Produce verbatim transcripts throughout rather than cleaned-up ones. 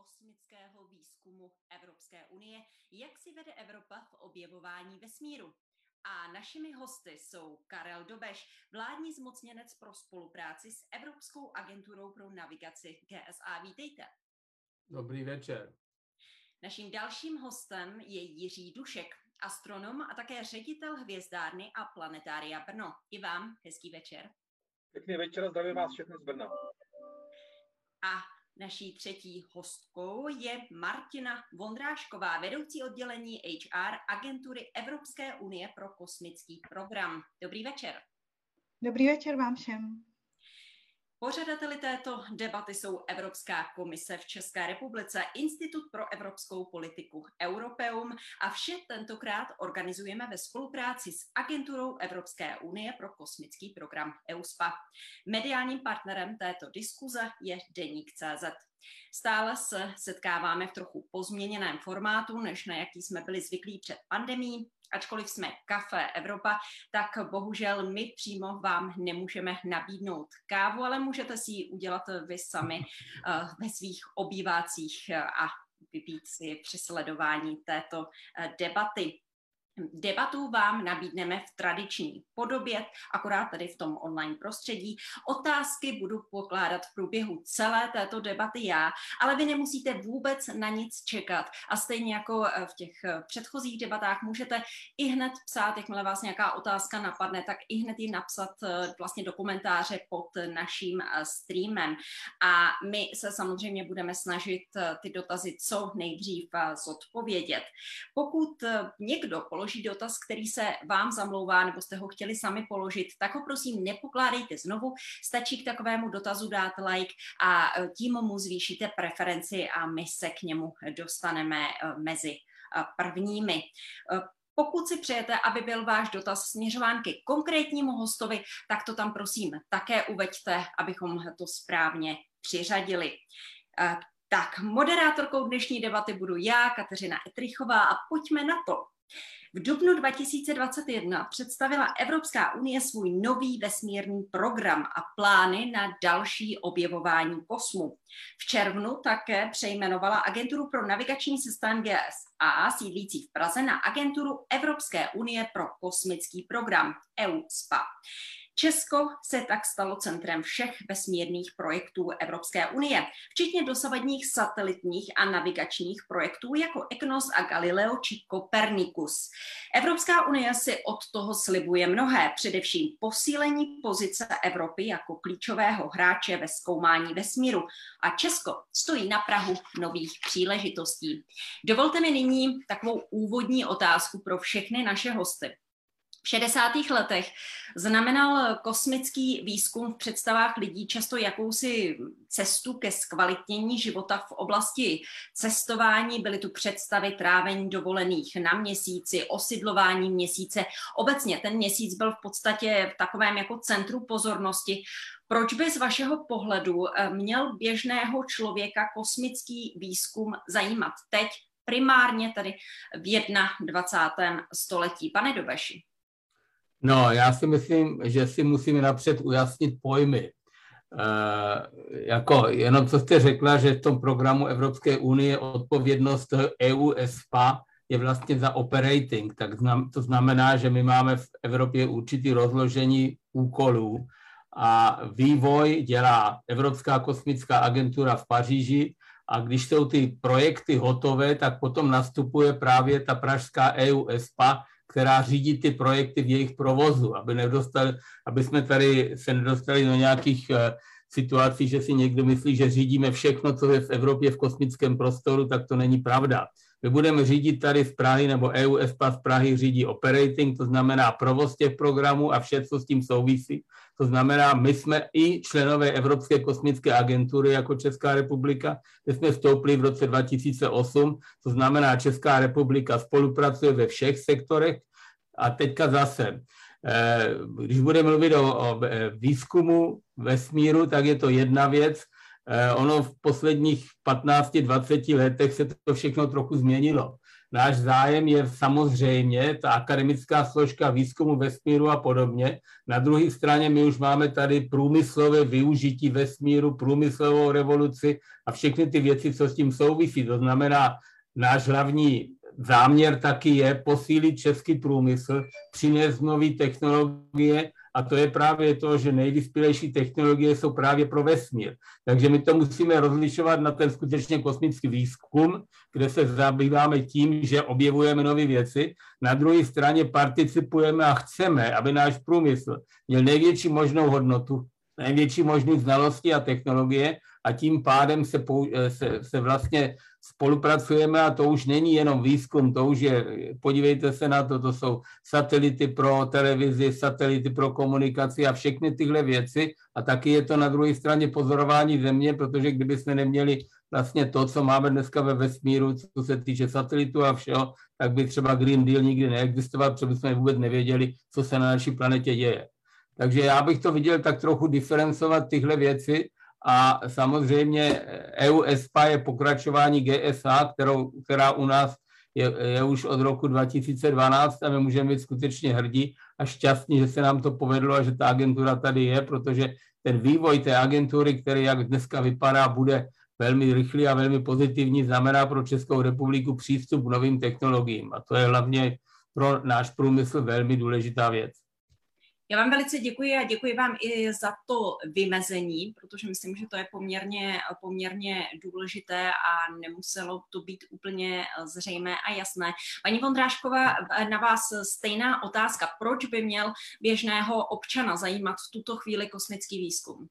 kosmického výzkumu Evropské unie, jak si vede Evropa v objevování vesmíru. A našimi hosty jsou Karel Dobeš, vládní zmocněnec pro spolupráci s Evropskou agenturou pro navigaci G S A. Vítejte. Dobrý večer. Naším dalším hostem je Jiří Dušek, astronom a také ředitel hvězdárny a planetária Brno. I vám hezký večer. Pěkný večer a zdravím vás všechny z Brna. A naší třetí hostkou je Martina Vondrášková, vedoucí oddělení H R Agentury Evropské unie pro kosmický program. Dobrý večer. Dobrý večer vám všem. Pořadateli této debaty jsou Evropská komise v České republice, Institut pro evropskou politiku Europeum a vše tentokrát organizujeme ve spolupráci s Agenturou Evropské unie pro kosmický program EUSPA. Mediálním partnerem této diskuze je Deník tečka cé zet. Stále se setkáváme v trochu pozměněném formátu, než na jaký jsme byli zvyklí před pandemií. Ačkoliv jsme Café Evropa, tak bohužel my přímo vám nemůžeme nabídnout kávu, ale můžete si ji udělat vy sami uh, ve svých obývácích a vypít si při sledování této uh, debaty. Debatu vám nabídneme v tradiční podobě, akorát tady v tom online prostředí. Otázky budu pokládat v průběhu celé této debaty já, ale vy nemusíte vůbec na nic čekat. A stejně jako v těch předchozích debatách můžete i hned psát, jakmile vás nějaká otázka napadne, tak i hned ji napsat vlastně do komentáře pod naším streamem. A my se samozřejmě budeme snažit ty dotazy co nejdřív zodpovědět. Pokud někdo položí dotaz, který se vám zamlouvá, nebo jste ho chtěli sami položit, tak ho prosím nepokládejte znovu, stačí k takovému dotazu dát like a tím mu zvýšíte preferenci a my se k němu dostaneme mezi prvními. Pokud si přejete, aby byl váš dotaz směřován ke konkrétnímu hostovi, tak to tam prosím také uveďte, abychom to správně přiřadili. Tak, moderátorkou dnešní debaty budu já, Kateřina Etrichová, a pojďme na to. V dubnu dva tisíce dvacet jedna představila Evropská unie svůj nový vesmírný program a plány na další objevování kosmu. V červnu také přejmenovala Agenturu pro navigační systém G S A, sídlící v Praze, na Agenturu Evropské unie pro kosmický program EUSPA. Česko se tak stalo centrem všech vesmírných projektů Evropské unie, včetně dosavadních satelitních a navigačních projektů jako EGNOS a Galileo či Copernicus. Evropská unie si od toho slibuje mnohé, především posílení pozice Evropy jako klíčového hráče ve zkoumání vesmíru. A Česko stojí na prahu nových příležitostí. Dovolte mi nyní takovou úvodní otázku pro všechny naše hosty. V šedesátých letech znamenal kosmický výzkum v představách lidí často jakousi cestu ke zkvalitnění života v oblasti cestování. Byly tu představy trávení dovolených na měsíci, osidlování měsíce. Obecně ten měsíc byl v podstatě v takovém jako centru pozornosti. Proč by z vašeho pohledu měl běžného člověka kosmický výzkum zajímat teď, primárně tady v dvacátém prvním století? Pane Dobeši. No, já si myslím, že si musíme napřed ujasnit pojmy. E, jako jenom co jste řekla, že v tom programu Evropské unie odpovědnost EUSPA je vlastně za operating, tak znam, to znamená, že my máme v Evropě určitý rozložení úkolů a vývoj dělá Evropská kosmická agentura v Paříži a když jsou ty projekty hotové, tak potom nastupuje právě ta pražská EUSPA, která řídí ty projekty v jejich provozu, aby, nedostali, aby jsme tady se nedostali do nějakých uh, situací, že si někdo myslí, že řídíme všechno, co je v Evropě v kosmickém prostoru, tak to není pravda. My budeme řídit tady z Prahy, nebo EUSPA z Prahy řídí operating, to znamená provoz těch programů a vše, co s tím souvisí. To znamená, my jsme i členové Evropské kosmické agentury jako Česká republika, kde jsme vstoupili v roce dva tisíce osm, to znamená, Česká republika spolupracuje ve všech sektorech a teďka zase, když budeme mluvit o, o výzkumu vesmíru, tak je to jedna věc. Ono v posledních patnácti dvaceti letech se to všechno trochu změnilo. náš zájem je samozřejmě ta akademická složka výzkumu vesmíru a podobně. Na druhé straně my už máme tady průmyslové využití vesmíru, průmyslovou revoluci a všechny ty věci, co s tím souvisí. To znamená, náš hlavní záměr taky je posílit český průmysl, přinést nové technologie a to je právě to, že nejvyspělejší technologie jsou právě pro vesmír. Takže my to musíme rozlišovat na ten skutečně kosmický výzkum, kde se zabýváme tím, že objevujeme nové věci. Na druhé straně participujeme a chceme, aby náš průmysl měl největší možnou hodnotu, největší možné znalosti a technologie a tím pádem se, se, se vlastně spolupracujeme a to už není jenom výzkum, to už je, podívejte se na to, to jsou satelity pro televizi, satelity pro komunikaci a všechny tyhle věci a taky je to na druhé straně pozorování země, protože kdyby jsme neměli vlastně to, co máme dneska ve vesmíru, co se týče satelitu a všeho, tak by třeba Green Deal nikdy neexistoval, protože bychom vůbec nevěděli, co se na naší planetě děje. Takže já bych to viděl tak trochu diferencovat tyhle věci a samozřejmě E U ESPA je pokračování G S A, kterou, která u nás je, je už od roku dva tisíce dvanáct a my můžeme být skutečně hrdí a šťastní, že se nám to povedlo a že ta agentura tady je, protože ten vývoj té agentury, který jak dneska vypadá, bude velmi rychlý a velmi pozitivní, znamená pro Českou republiku přístup k novým technologiím a to je hlavně pro náš průmysl velmi důležitá věc. Já vám velice děkuji a děkuji vám i za to vymezení, protože myslím, že to je poměrně, poměrně důležité a nemuselo to být úplně zřejmé a jasné. Paní Vondrášková, na vás stejná otázka. Proč by měl běžného občana zajímat v tuto chvíli kosmický výzkum?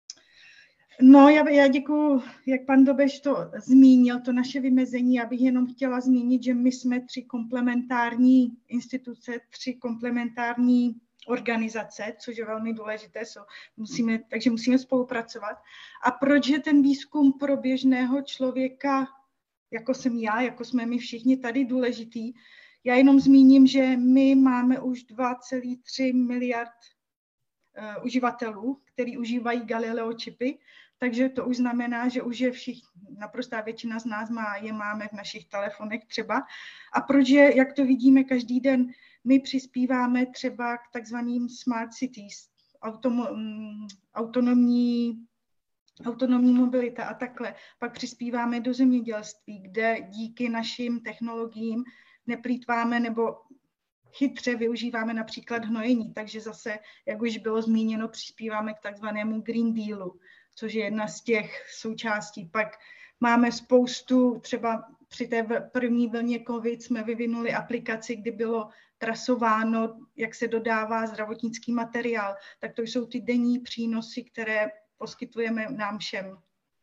No, já, já děkuji, jak pan Dobeš to zmínil, to naše vymezení. Já bych jenom chtěla zmínit, že my jsme tři komplementární instituce, tři komplementární organizace, což je velmi důležité, so musíme, takže musíme spolupracovat. A proč je ten výzkum pro běžného člověka, jako jsem já, jako jsme my všichni tady, důležitý? Já jenom zmíním, že my máme už dva celé tři miliard uh, uživatelů, který užívají Galileo čipy, takže to už znamená, že už je všichni, naprostá většina z nás má, je máme v našich telefonech třeba. A proč je, jak to vidíme každý den, my přispíváme třeba k takzvaným smart cities, autom, autonomní, autonomní mobilita a takhle. Pak přispíváme do zemědělství, kde díky našim technologiím neplýtváme nebo chytře využíváme například hnojení. Takže zase, jak už bylo zmíněno, přispíváme k takzvanému Green Dealu, což je jedna z těch součástí. Pak máme spoustu, třeba při té první vlně COVID jsme vyvinuli aplikaci, kdy bylo trasováno, jak se dodává zdravotnický materiál. Tak to jsou ty denní přínosy, které poskytujeme nám všem.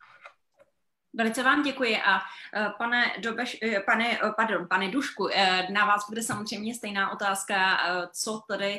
Velice vám děkuji a pane, Dobeš, pane, pardon, pane Dušku, na vás bude samozřejmě stejná otázka, co tedy,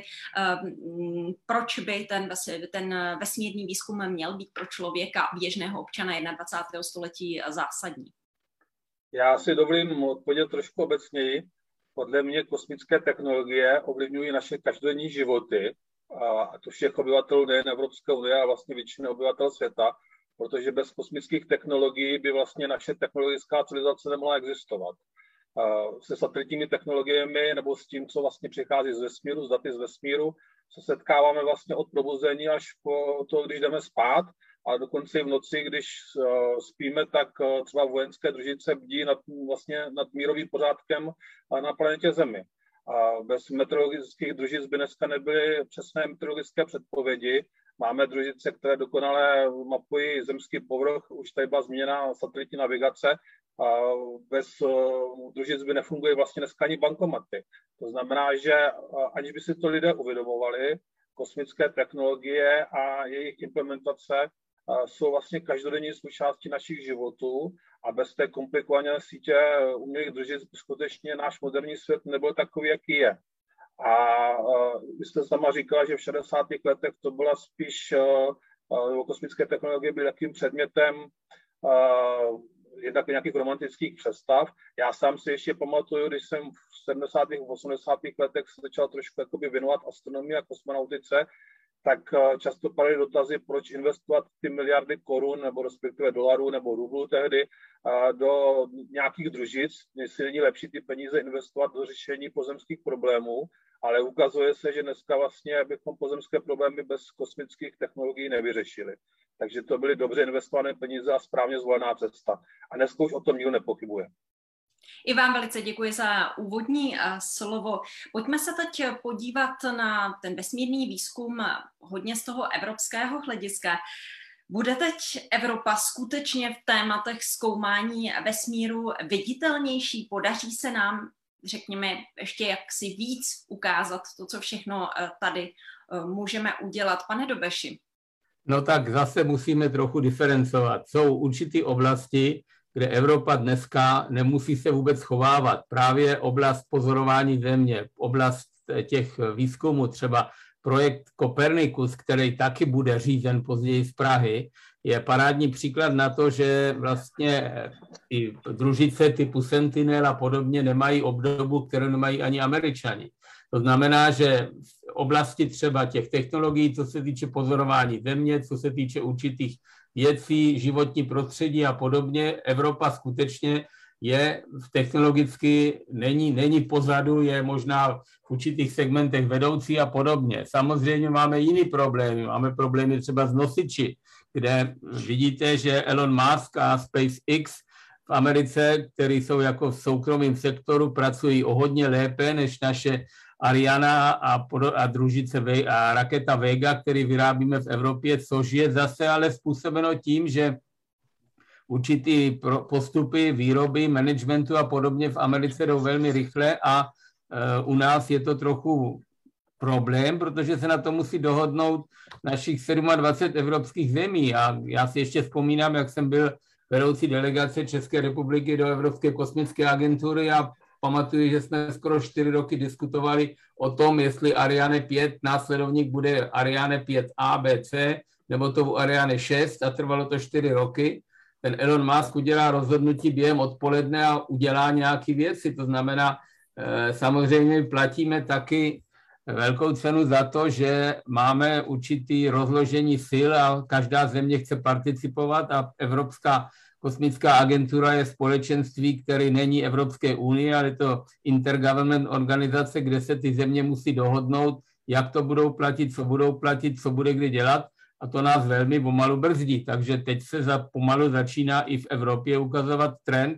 proč by ten, ten vesmírný výzkum měl být pro člověka, běžného občana dvacátého prvního století zásadní. Já si dovolím odpovědět trošku obecněji. Podle mě kosmické technologie ovlivňují naše každodenní životy, a to všech obyvatelů nejen Evropské unie, ale vlastně většiny obyvatel světa, protože bez kosmických technologií by vlastně naše technologická civilizace nemohla existovat. Se satelitními technologiemi nebo s tím, co vlastně přichází z vesmíru, z daty z vesmíru, se setkáváme vlastně od probuzení až po to, když jdeme spát, a dokonce i v noci, když spíme, tak třeba vojenské družice bdí nad, vlastně nad mírovým pořádkem na planetě Zemi. A bez meteorologických družic by dneska nebyly přesné meteorologické předpovědi. Máme družice, které dokonale mapují zemský povrch, už tady byla změněna satelitní navigace. A bez družic by nefungují vlastně dneska ani bankomaty. To znamená, že aniž by si to lidé uvědomovali, kosmické technologie a jejich implementace jsou vlastně každodenní součástí našich životů a bez té komplikované sítě umělých družic skutečně náš moderní svět nebyl takový, jaký je. A vy jste sama říkala, že v šedesátých letech to byla spíš, kosmické technologie byly takovým předmětem jednak nějakých romantických představ. Já sám si ještě pamatuju, když jsem v sedmdesátých, osmdesátých letech se začal trošku jakoby věnovat astronomii a kosmonautice, tak často padaly dotazy, proč investovat ty miliardy korun, nebo respektive dolarů, nebo rublů tehdy, do nějakých družic, jestli není lepší ty peníze investovat do řešení pozemských problémů, ale ukazuje se, že dneska vlastně bychom pozemské problémy bez kosmických technologií nevyřešili. Takže to byly dobře investované peníze a správně zvolená cesta. A dneska už o tom nikdo nepochybuje. I vám velice děkuji za úvodní slovo. Pojďme se teď podívat na ten vesmírný výzkum hodně z toho evropského hlediska. Bude teď Evropa skutečně v tématech zkoumání vesmíru viditelnější? Podaří se nám, řekněme, ještě jaksi víc ukázat to, co všechno tady můžeme udělat? Pane Dobeši. No tak zase musíme trochu diferencovat. Jsou určité oblasti, kde Evropa dneska nemusí se vůbec schovávat. Právě oblast pozorování Země, oblast těch výzkumů, třeba projekt Copernicus, který taky bude řízen později z Prahy, je parádní příklad na to, že vlastně i družice typu Sentinel a podobně nemají obdobu, kterou nemají ani Američani. To znamená, že v oblasti třeba těch technologií, co se týče pozorování Země, co se týče určitých věcí, životní prostředí a podobně, Evropa skutečně je technologicky, není, není pozadu, je možná v určitých segmentech vedoucí a podobně. Samozřejmě máme jiný problémy, máme problémy třeba s nosiči, kde vidíte, že Elon Musk a SpaceX v Americe, který jsou jako v soukromém sektoru, pracují o hodně lépe než naše Ariana a, a družice Ve, a raketa Vega, který vyrábíme v Evropě, což je zase ale způsobeno tím, že určitý postupy výroby, managementu a podobně v Americe jdou velmi rychle a uh, u nás je to trochu problém, protože se na to musí dohodnout našich dvacet sedm evropských zemí. A já si ještě vzpomínám, jak jsem byl vedoucí delegace České republiky do Evropské kosmické agentury a pamatuju, že jsme skoro čtyři roky diskutovali o tom, jestli Ariane pět následovník bude Ariane pět A, B, C, nebo to Ariane šest a trvalo to čtyři roky. Ten Elon Musk udělá rozhodnutí během odpoledne a udělá nějaké věci. To znamená, samozřejmě platíme taky velkou cenu za to, že máme určitý rozložení sil a každá země chce participovat a Evropská kosmická agentura je společenství, které není Evropské unie, ale je to intergovernment organizace, kde se ty země musí dohodnout, jak to budou platit, co budou platit, co bude kdy dělat. A to nás velmi pomalu brzdí. Takže teď se za, pomalu začíná i v Evropě ukazovat trend,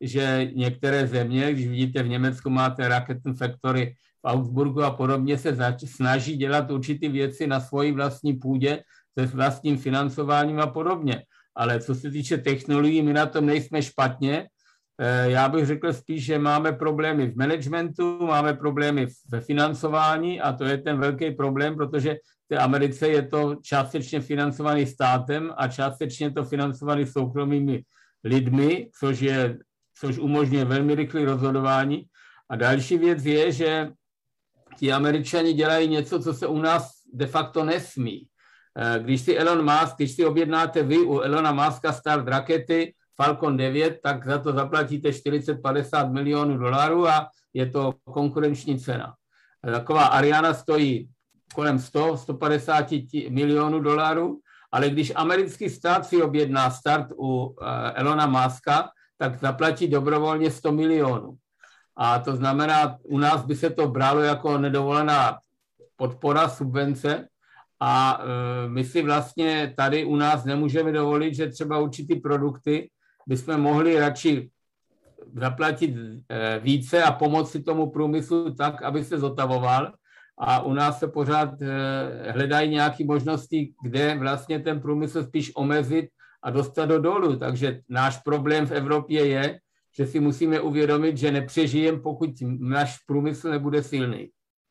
že některé země, když vidíte v Německu máte Raketen Factory v Augsburgu a podobně, se zač- snaží dělat určité věci na svojí vlastní půdě se vlastním financováním a podobně. Ale co se týče technologií, my na tom nejsme špatně. Já bych řekl spíš, že máme problémy v managementu, máme problémy ve financování a to je ten velký problém, protože v té Americe je to částečně financovaný státem a částečně to financovaný soukromými lidmi, což, je, což umožňuje velmi rychlé rozhodování. A další věc je, že ti Američani dělají něco, co se u nás de facto nesmí. Když si Elon Musk, když si objednáte vy u Elona Muska start rakety Falcon devět, tak za to zaplatíte čtyřicet padesát milionů dolarů a je to konkurenční cena. Taková Ariana stojí kolem sto, sto padesát milionů dolarů, ale když americký stát si objedná start u Elona Muska, tak zaplatí dobrovolně sto milionů. A to znamená, u nás by se to bralo jako nedovolená podpora, subvence, a my si vlastně tady u nás nemůžeme dovolit, že třeba určitý produkty bychom mohli radši zaplatit více a pomoci tomu průmyslu tak, aby se zotavoval. A u nás se pořád hledají nějaké možnosti, kde vlastně ten průmysl spíš omezit a dostat do dolů. Takže náš problém v Evropě je, že si musíme uvědomit, že nepřežijeme, pokud náš průmysl nebude silný.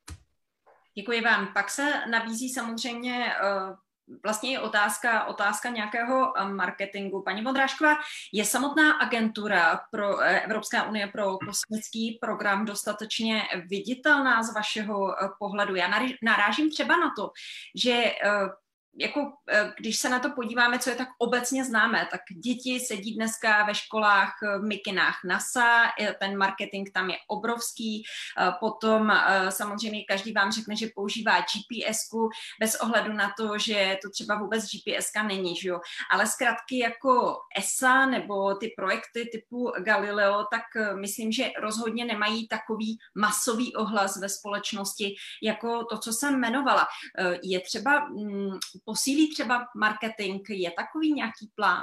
Děkuji vám. Pak se nabízí samozřejmě vlastně je otázka, otázka nějakého marketingu. Paní Vondrášková, je samotná agentura pro Evropská unie pro kosmický program dostatečně viditelná z vašeho pohledu? Já narážím třeba na to, že jako když se na to podíváme, co je tak obecně známé, tak děti sedí dneska ve školách v mikinách NASA, ten marketing tam je obrovský, potom samozřejmě každý vám řekne, že používá G P S ku bez ohledu na to, že to třeba vůbec G P S ka není, že jo? Ale zkratky jako E S A nebo ty projekty typu Galileo, tak myslím, že rozhodně nemají takový masový ohlas ve společnosti, jako to, co jsem jmenovala. Je třeba posílí třeba marketing? Je takový nějaký plán?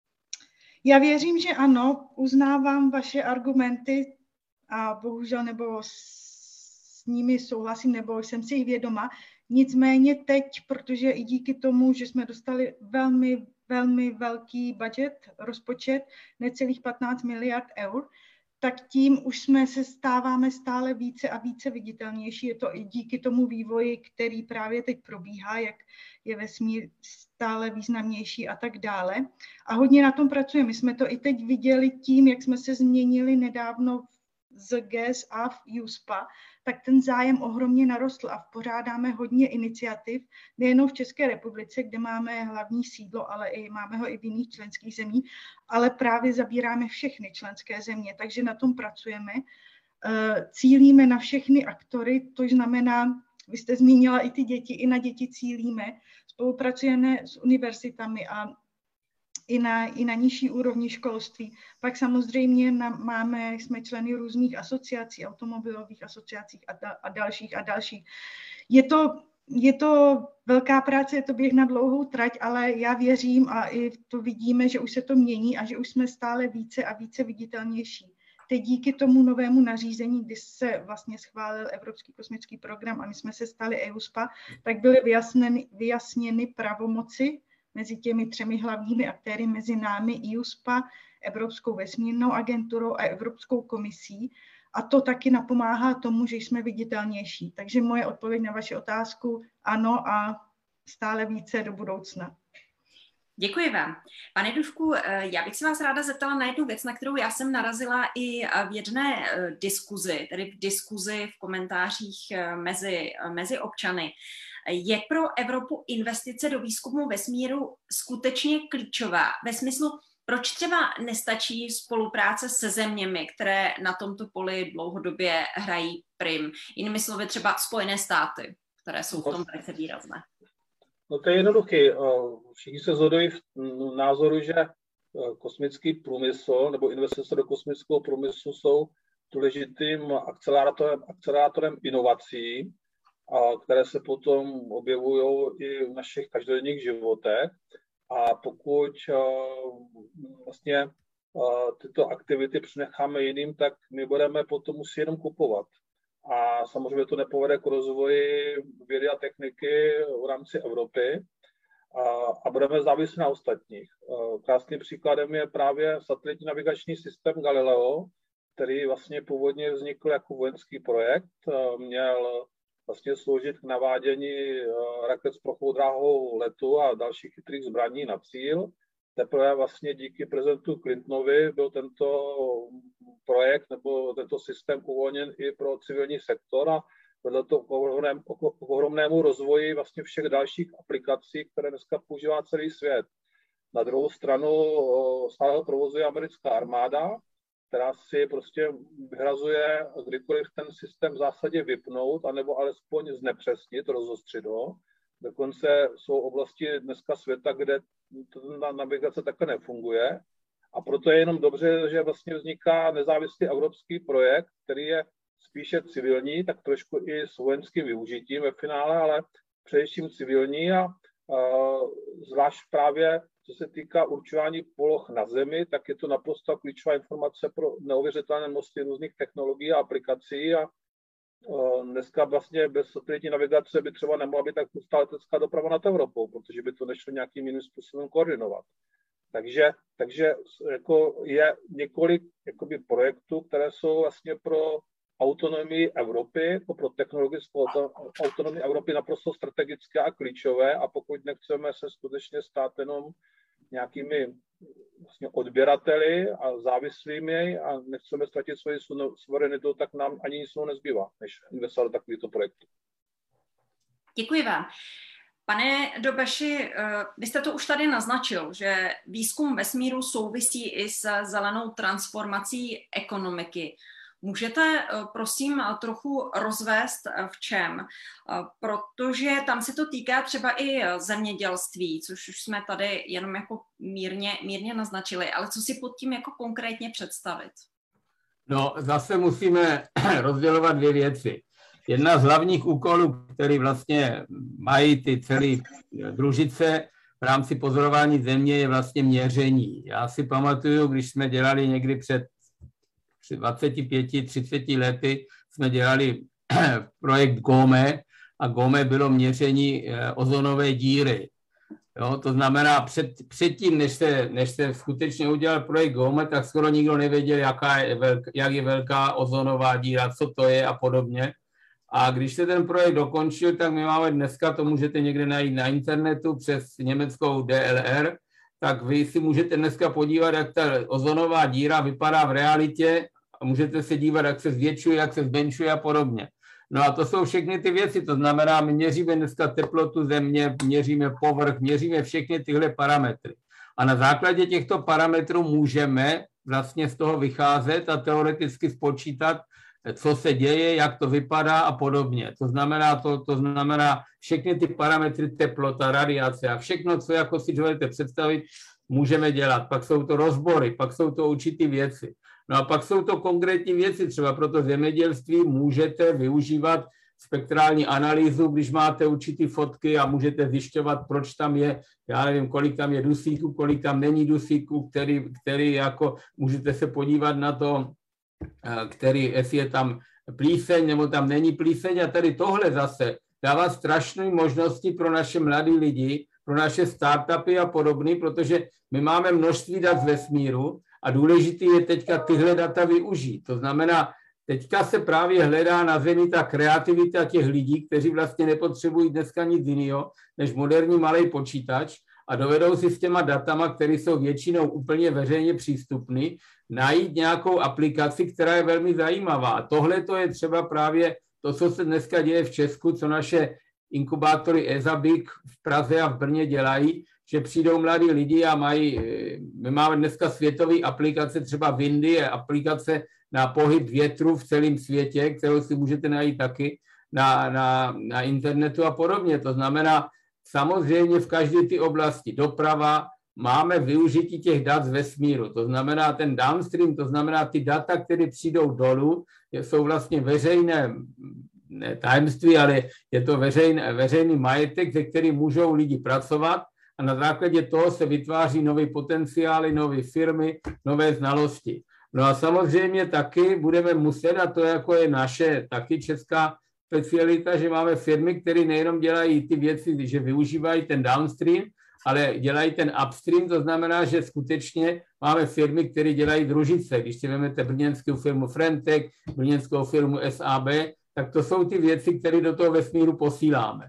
Já věřím, že ano, uznávám vaše argumenty a bohužel nebo s nimi souhlasím, nebo jsem si jich vědoma. Nicméně teď, protože i díky tomu, že jsme dostali velmi, velmi velký budget, rozpočet, necelých patnáct miliard eur, tak tím už jsme se stáváme stále více a více viditelnější. Je to i díky tomu vývoji, který právě teď probíhá, jak je vesmír stále významnější a tak dále. A hodně na tom pracujeme. My jsme to i teď viděli tím, jak jsme se změnili nedávno z G S A v U S P A, tak ten zájem ohromně narostl a pořádáme hodně iniciativ, nejenom v České republice, kde máme hlavní sídlo, ale i máme ho i v jiných členských zemích, ale právě zabíráme všechny členské země, takže na tom pracujeme. Cílíme na všechny aktory, to znamená, vy jste zmínila i ty děti, i na děti cílíme, spolupracujeme s univerzitami a I na, i na nižší úrovni školství. Pak samozřejmě na, máme, jsme členy různých asociací, automobilových asociací a, da, a dalších a dalších. Je to, je to velká práce, je to běh na dlouhou trať, ale já věřím a i to vidíme, že už se to mění a že už jsme stále více a více viditelnější. Teď díky tomu novému nařízení, kdy se vlastně schválil Evropský kosmický program a my jsme se stali E U S P A, tak byly vyjasněny, vyjasněny pravomoci mezi těmi třemi hlavními aktéry, mezi námi E U S P A, Evropskou vesmírnou agenturou a Evropskou komisí. A to taky napomáhá tomu, že jsme viditelnější. Takže moje odpověď na vaši otázku ano a stále více do budoucna. Děkuji vám. Pane Dušku, já bych se vás ráda zeptala na jednu věc, na kterou já jsem narazila i v jedné diskuzi, tedy v diskuzi v komentářích mezi, mezi občany. Je pro Evropu investice do výzkumu vesmíru skutečně klíčová? Ve smyslu, proč třeba nestačí spolupráce se zeměmi, které na tomto poli dlouhodobě hrají prim? Jinými slovy třeba Spojené státy, které jsou v tom velice výrazné. No to je jednoduchý. Všichni se shodují v názoru, že kosmický průmysl nebo investice do kosmického průmyslu jsou důležitým akcelerátorem, akcelerátorem inovací, které se potom objevují i v našich každodenních životech. A pokud vlastně tyto aktivity přenecháme jiným, tak my budeme potom muset jenom kupovat. A samozřejmě to nepovede k rozvoji vědy a techniky v rámci Evropy a, a budeme závislí na ostatních. Krásným příkladem je právě satelitní navigační systém Galileo, který vlastně původně vznikl jako vojenský projekt, měl vlastně sloužit k navádění raket s plochou dráhou letu a dalších chytrých zbraní na cíl. Teprve vlastně díky prezidentu Clintonovi byl tento projekt nebo tento systém uvolněn i pro civilní sektor a vedlo to k ohromnému, k ohromnému rozvoji vlastně všech dalších aplikací, které dneska používá celý svět. Na druhou stranu stále provozuje americká armáda, která si prostě vyhrazuje kdykoliv ten systém v zásadě vypnout, anebo alespoň znepřesnit, rozostřit ho. Dokonce jsou oblasti dneska světa, kde ta navigace také nefunguje. A proto je jenom dobře, že vlastně vzniká nezávislý evropský projekt, který je spíše civilní, tak trošku i s vojenským využitím ve finále, ale především civilní a, a zvlášť právě co se týká určování poloh na Zemi, tak je to naprosto klíčová informace pro neuvěřitelné množství různých technologií a aplikací a dneska vlastně bez satelitní navigace by třeba nemohla být tak hustá letecká doprava nad Evropou, protože by to nešlo nějakým jiným způsobem koordinovat. Takže, takže jako je několik jakoby, projektů, které jsou vlastně pro autonomii Evropy, jako pro technologickou autonomii Evropy naprosto strategické a klíčové a pokud nechceme se skutečně stát jenom nějakými vlastně odběrateli a závislými a nechceme ztratit svoji suverenitu, tak nám ani nic nezbývá, než investovat do takovýchto projektů. Děkuji vám. Pane Dobeši, vy jste to už tady naznačil, že výzkum vesmíru souvisí i s zelenou transformací ekonomiky. Můžete, prosím, trochu rozvést v čem? Protože tam se to týká třeba i zemědělství, což už jsme tady jenom jako mírně, mírně naznačili, ale co si pod tím jako konkrétně představit? No, zase musíme rozdělovat dvě věci. Jedna z hlavních úkolů, který vlastně mají ty celé družice v rámci pozorování země, je vlastně měření. Já si pamatuju, když jsme dělali někdy před dvaceti pěti třiceti lety, jsme dělali projekt GOME a GOME bylo měření ozonové díry. Jo, to znamená, před, předtím, než se, než se skutečně udělal projekt GOME, tak skoro nikdo nevěděl, jaká je velká, jak je velká ozonová díra, co to je a podobně. A když se ten projekt dokončil, tak my máme dneska, to můžete někde najít na internetu přes německou D L R, tak vy si můžete dneska podívat, jak ta ozonová díra vypadá v realitě a můžete se dívat, jak se zvětšuje, jak se zmenšuje a podobně. No a to jsou všechny ty věci, to znamená, my měříme dneska teplotu země, měříme povrch, měříme všechny tyhle parametry. A na základě těchto parametrů můžeme vlastně z toho vycházet a teoreticky spočítat, co se děje, jak to vypadá a podobně. To znamená, to, to znamená všechny ty parametry teplota, radiace a všechno, co jako si dovedete představit, můžeme dělat. Pak jsou to rozbory, pak jsou to určité věci. No a pak jsou to konkrétní věci, třeba pro to zemědělství můžete využívat spektrální analýzu, když máte určité fotky a můžete zjišťovat, proč tam je, já nevím, kolik tam je dusíku, kolik tam není dusíku, který, který jako můžete se podívat na to, který, jestli je tam plíseň nebo tam není plíseň, a tady tohle zase dává strašné možnosti pro naše mladé lidi, pro naše startupy a podobný, protože my máme množství dat z vesmíru a důležité je teďka tyhle data využít. To znamená, teďka se právě hledá na Zemi ta kreativita těch lidí, kteří vlastně nepotřebují dneska nic jiného, než moderní malý počítač a dovedou si s těma datama, které jsou většinou úplně veřejně přístupné, najít nějakou aplikaci, která je velmi zajímavá. A tohle to je třeba právě to, co se dneska děje v Česku, co naše inkubátory EZABIC v Praze a v Brně dělají, že přijdou mladí lidi a mají, my máme dneska světové aplikace, třeba Windy je aplikace na pohyb větru v celém světě, kterou si můžete najít taky na, na, na internetu a podobně. To znamená, samozřejmě v každé ty oblasti doprava máme využití těch dat z vesmíru. To znamená ten downstream, to znamená ty data, které přijdou dolů, jsou vlastně veřejné, ne tajemství, ale je to veřejný, veřejný majetek, se kterým můžou lidi pracovat a na základě toho se vytváří nové potenciály, nové firmy, nové znalosti. No a samozřejmě taky budeme muset, a to jako je naše taky česká specialita, že máme firmy, které nejenom dělají ty věci, že využívají ten downstream, ale dělají ten upstream, to znamená, že skutečně máme firmy, které dělají družice. Když si vezmete brněnskou firmu Frentech, brněnskou firmu S A B, tak to jsou ty věci, které do toho vesmíru posíláme.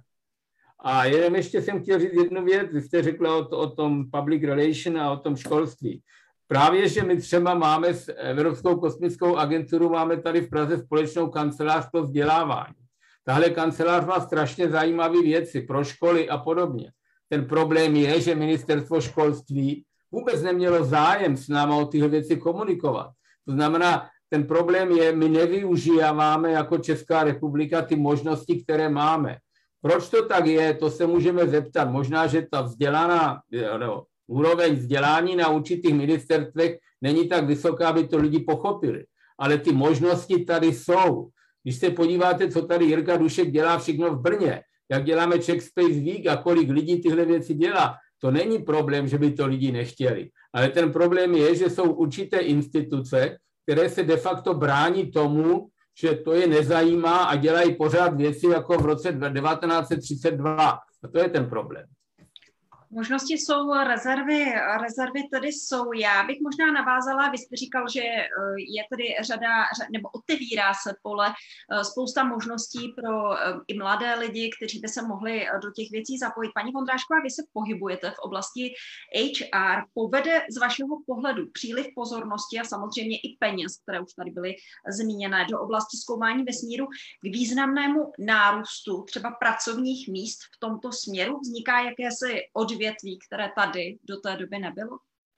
A jenom ještě jsem chtěl říct jednu věc, vy jste řekla o, to, o tom public relation a o tom školství. Právě, že my třeba máme s Evropskou kosmickou agenturu, máme tady v Praze společnou kancelář pro vzdělávání. Tahle kancelář má strašně zajímavé věci pro školy a podobně. Ten problém je, že ministerstvo školství vůbec nemělo zájem s námi o tyhle věci komunikovat. To znamená, ten problém je, my nevyužíváme jako Česká republika ty možnosti, které máme. Proč to tak je, to se můžeme zeptat. Možná, že ta vzdělaná, no, úroveň vzdělání na určitých ministerstvech není tak vysoká, aby to lidi pochopili. Ale ty možnosti tady jsou. Když se podíváte, co tady Jirka Dušek dělá všechno v Brně, jak děláme Czech Space Week a kolik lidí tyhle věci dělá, to není problém, že by to lidi nechtěli. Ale ten problém je, že jsou určité instituce, které se de facto brání tomu, že to je nezajímá a dělají pořád věci jako v roce devatenáct set třicet dva. A to je ten problém. Možnosti jsou, rezervy, rezervy tedy jsou. Já bych možná navázala, vy jste říkal, že je tedy řada, nebo otevírá se pole spousta možností pro i mladé lidi, kteří by se mohli do těch věcí zapojit. Paní Vondrášková, vy se pohybujete v oblasti H R. Povede z vašeho pohledu příliv pozornosti a samozřejmě i peněz, které už tady byly zmíněné, do oblasti zkoumání vesmíru k významnému nárůstu třeba pracovních míst v tomto směru? Vzniká jakési odvětví, které tady do té doby nebylo?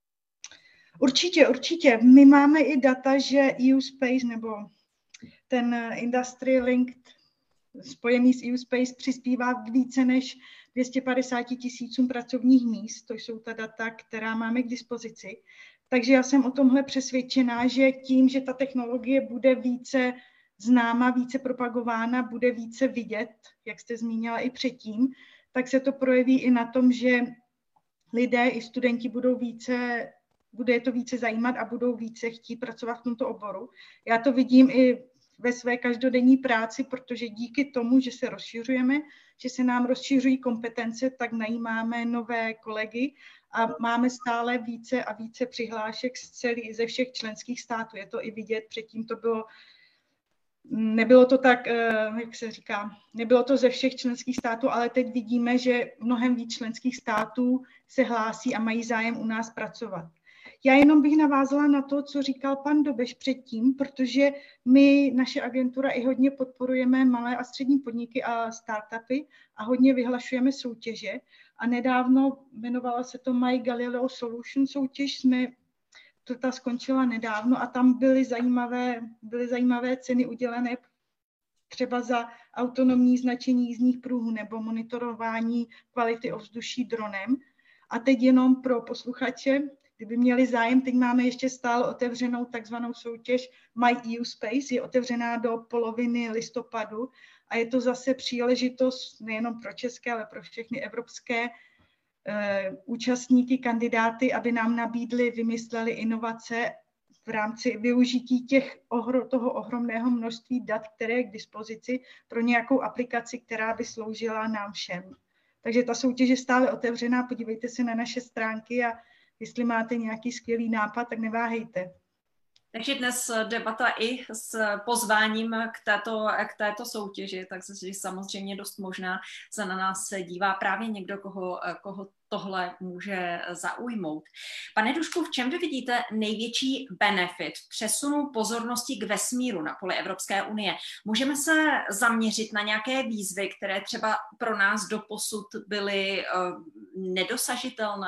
Určitě, určitě. My máme i data, že E U Space nebo ten Industry Linked spojený s E U Space přispívá k více než dvě stě padesát tisícům pracovních míst. To jsou ta data, která máme k dispozici. Takže já jsem o tomhle přesvědčená, že tím, že ta technologie bude více známa, více propagována, bude více vidět, jak jste zmínila i předtím, tak se to projeví i na tom, že lidé i studenti budou více, bude je to více zajímat a budou více chtít pracovat v tomto oboru. Já to vidím i ve své každodenní práci, protože díky tomu, že se rozšiřujeme, že se nám rozšiřují kompetence, tak najímáme nové kolegy a máme stále více a více přihlášek z celý, ze všech členských států. Je to i vidět, předtím to bylo Nebylo to tak, jak se říká, nebylo to ze všech členských států, ale teď vidíme, že mnohem víc členských států se hlásí a mají zájem u nás pracovat. Já jenom bych navázala na to, co říkal pan Dobeš předtím, protože my, naše agentura, i hodně podporujeme malé a střední podniky a startupy a hodně vyhlašujeme soutěže. A nedávno jmenovala se to My Galileo Solution soutěž, jsme To ta skončila nedávno a tam byly zajímavé, byly zajímavé ceny udělené třeba za autonomní značení jízdních pruhů nebo monitorování kvality ovzduší dronem. A teď jenom pro posluchače, kdyby měli zájem, teď máme ještě stále otevřenou takzvanou soutěž My E U Space, je otevřená do poloviny listopadu a je to zase příležitost nejenom pro české, ale pro všechny evropské účastníky, kandidáty, aby nám nabídli, vymysleli inovace v rámci využití těch ohro, toho ohromného množství dat, které je k dispozici pro nějakou aplikaci, která by sloužila nám všem. Takže ta soutěž je stále otevřená, podívejte se na naše stránky a jestli máte nějaký skvělý nápad, tak neváhejte. Takže dnes debata i s pozváním k této, k této soutěži, takže samozřejmě dost možná se na nás dívá právě někdo, koho, koho tohle může zaujmout. Pane Dušku, v čem vy vidíte největší benefit přesunu pozornosti k vesmíru na poli Evropské unie? Můžeme se zaměřit na nějaké výzvy, které třeba pro nás doposud byly uh, nedosažitelné?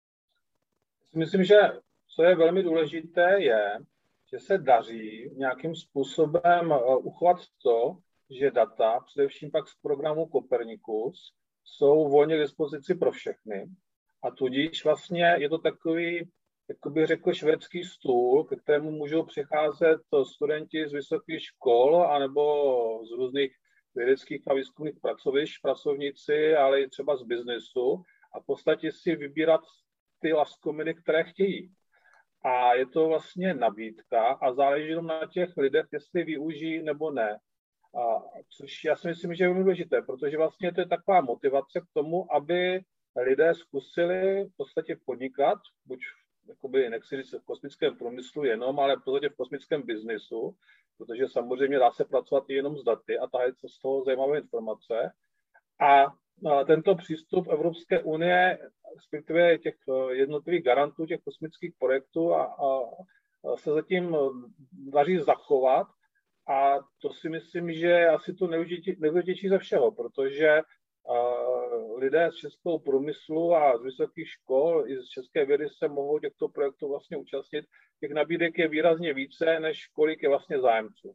Myslím, že co je velmi důležité je, že se daří nějakým způsobem uchovat to, že data, především pak z programu Copernicus, jsou volně k dispozici pro všechny. A tudíž vlastně je to takový, jak bych řekl, švédský stůl, ke kterému můžou přicházet studenti z vysokých škol anebo z různých vědeckých a výzkumných pracovišť, pracovníci, ale i třeba z biznesu a v podstatě si vybírat ty laskominy, které chtějí. A je to vlastně nabídka a záleží jenom na těch lidech, jestli využijí nebo ne. A což já si myslím, že je velmi důležité, protože vlastně to je taková motivace k tomu, aby lidé zkusili v podstatě podnikat, buď jakoby, nechci říct v kosmickém průmyslu jenom, ale v podstatě v kosmickém biznisu, protože samozřejmě dá se pracovat i jenom s daty a tady z toho zajímavé informace. A tento přístup Evropské unie, respektive těch jednotlivých garantů těch kosmických projektů a, a se zatím daří zachovat. A to si myslím, že je asi to nejdůležitější ze všeho, protože uh, lidé z českého průmyslu a z vysokých škol i z české vědy se mohou těchto projektů vlastně účastnit. Těch nabídek je výrazně více, než kolik je vlastně zájemců.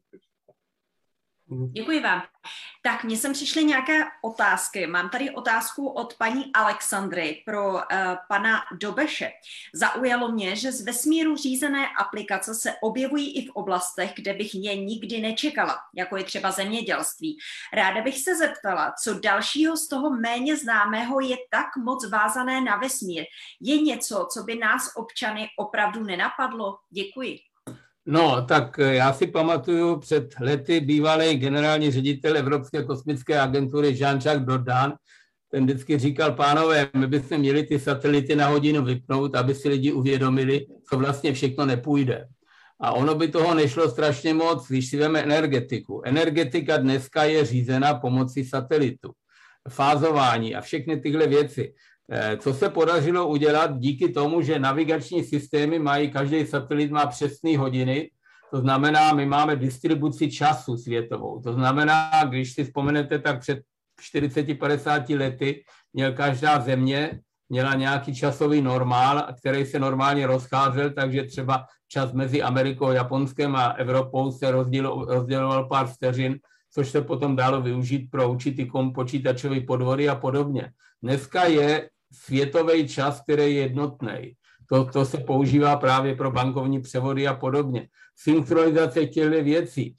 Děkuji vám. Tak, mně sem přišly nějaké otázky. Mám tady otázku od paní Alexandry pro uh, pana Dobeše. Zaujalo mě, že z vesmíru řízené aplikace se objevují i v oblastech, kde bych je nikdy nečekala, jako je třeba zemědělství. Ráda bych se zeptala, co dalšího z toho méně známého je tak moc vázané na vesmír. Je něco, co by nás občany opravdu nenapadlo? Děkuji. No, tak já si pamatuju před lety bývalý generální ředitel Evropské kosmické agentury Jean-Jacques Dordain, ten vždycky říkal, pánové, my bychom měli ty satelity na hodinu vypnout, aby si lidi uvědomili, co vlastně všechno nepůjde. A ono by toho nešlo strašně moc, když si veme energetiku. Energetika dneska je řízena pomocí satelitu. Fázování a všechny tyhle věci. Co se podařilo udělat díky tomu, že navigační systémy mají, každý satelit má přesné hodiny, to znamená, my máme distribuci času světovou. To znamená, když si vzpomenete, tak před čtyřiceti padesáti lety měl každá země, měla nějaký časový normál, který se normálně rozcházel, takže třeba čas mezi Amerikou, Japonskem a Evropou se rozděloval pár vteřin, což se potom dalo využít pro určitý počítačové podvody a podobně. Dneska je světový čas, který je jednotný. To, to se používá právě pro bankovní převody a podobně. Synchronizace těchto věcí.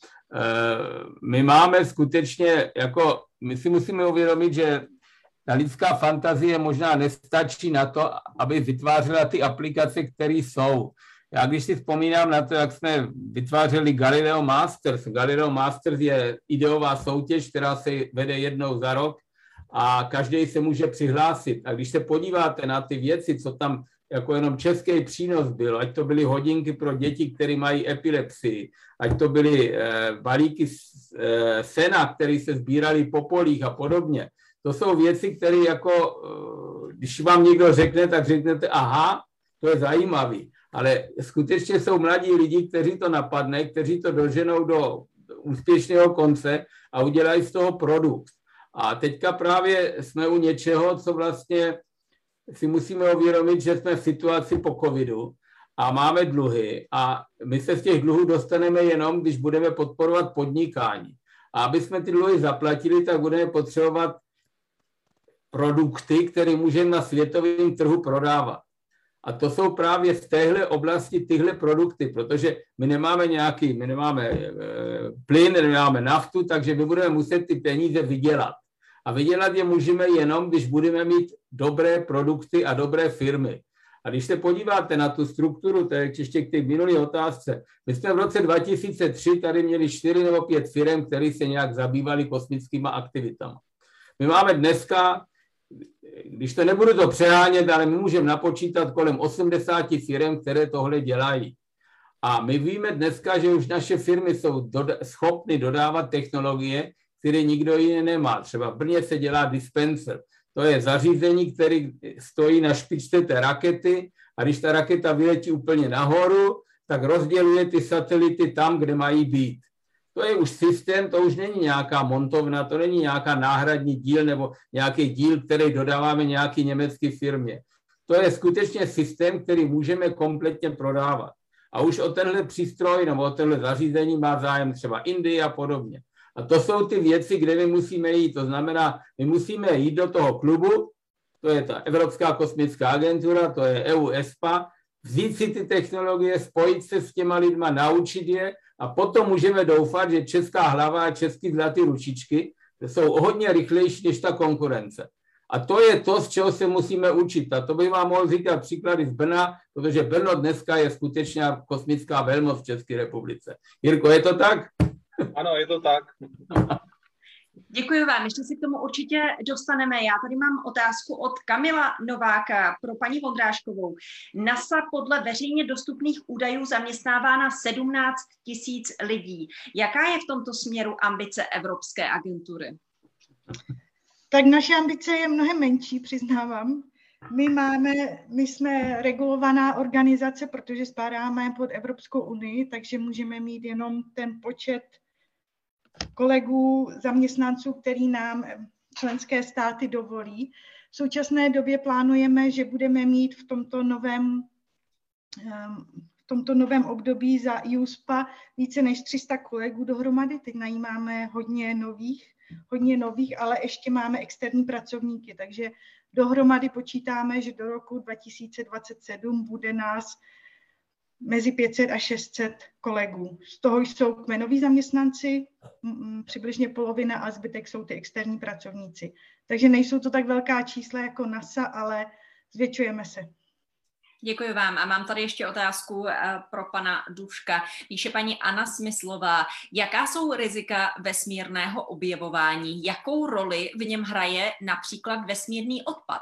My máme skutečně, jako, my si musíme uvědomit, že ta lidská fantazie možná nestačí na to, aby vytvářela ty aplikace, které jsou. Já když si vzpomínám na to, jak jsme vytvářeli Galileo Masters. Galileo Masters je ideová soutěž, která se vede jednou za rok a každý se může přihlásit. A když se podíváte na ty věci, co tam jako jenom český přínos byl, ať to byly hodinky pro děti, které mají epilepsii, ať to byly eh, balíky eh, sena, které se sbíraly po polích a podobně. To jsou věci, které jako, eh, když vám někdo řekne, tak řeknete, aha, to je zajímavý. Ale skutečně jsou mladí lidi, kteří to napadne, kteří to doženou do úspěšného konce a udělají z toho produkt. A teďka právě jsme u něčeho, co vlastně si musíme uvědomit, že jsme v situaci po covidu a máme dluhy a my se z těch dluhů dostaneme jenom, když budeme podporovat podnikání. A aby jsme ty dluhy zaplatili, tak budeme potřebovat produkty, které můžeme na světovém trhu prodávat. A to jsou právě z téhle oblasti tyhle produkty, protože my nemáme nějaký, my nemáme e, plyn, nemáme naftu, takže my budeme muset ty peníze vydělat. A vydělat je můžeme jenom, když budeme mít dobré produkty a dobré firmy. A když se podíváte na tu strukturu, to je ještě k té minulé otázce, my jsme v roce dva tisíce tři tady měli čtyři nebo pět firm, které se nějak zabývaly kosmickými aktivitami. My máme dneska, když to nebudu to přehánět, ale my můžeme napočítat kolem osmdesáti firm, které tohle dělají. A my víme dneska, že už naše firmy jsou doda- schopny dodávat technologie, které nikdo jiný nemá. Třeba v Brně se dělá dispenser. To je zařízení, které stojí na špičce té rakety a když ta raketa vyletí úplně nahoru, tak rozděluje ty satelity tam, kde mají být. To je už systém, to už není nějaká montovna, to není nějaká náhradní díl nebo nějaký díl, který dodáváme nějaké německé firmě. To je skutečně systém, který můžeme kompletně prodávat. A už o tenhle přístroj nebo o tenhle zařízení má zájem třeba Indie a podobně. A to jsou ty věci, kde my musíme jít. To znamená, my musíme jít do toho klubu, to je ta Evropská kosmická agentura, to je E U E S P A, vzít si ty technologie, spojit se s těma lidma, naučit je a potom můžeme doufat, že česká hlava a český zlatý ručičky jsou hodně rychlejší než ta konkurence. A to je to, z čeho se musíme učit. A to bych vám mohl říkat příklady z Brna, protože Brno dneska je skutečně kosmická velmoc v České republice. Jirko, je to tak? Ano, je to tak. Děkuji vám, ještě si k tomu určitě dostaneme. Já tady mám otázku od Kamila Nováka pro paní Vondráškovou. NASA podle veřejně dostupných údajů zaměstnává na sedmnáct tisíc lidí. Jaká je v tomto směru ambice Evropské agentury? Tak naše ambice je mnohem menší, přiznávám. My, máme, my jsme regulovaná organizace, protože spadáme pod Evropskou unii, takže můžeme mít jenom ten počet kolegů, zaměstnanců, který nám členské státy dovolí. V současné době plánujeme, že budeme mít v tomto novém, v tomto novém období za E U S P A více než tři sta kolegů dohromady. Teď najímáme hodně nových, hodně nových, ale ještě máme externí pracovníky, takže dohromady počítáme, že do roku dva tisíce dvacet sedm bude nás mezi pět set a šest set kolegů. Z toho jsou kmenoví zaměstnanci, přibližně polovina a zbytek jsou ty externí pracovníci. Takže nejsou to tak velká čísla jako NASA, ale zvětšujeme se. Děkuji vám a mám tady ještě otázku pro pana Duška. Píše paní Anna Smyslová, jaká jsou rizika vesmírného objevování, jakou roli v něm hraje například vesmírný odpad?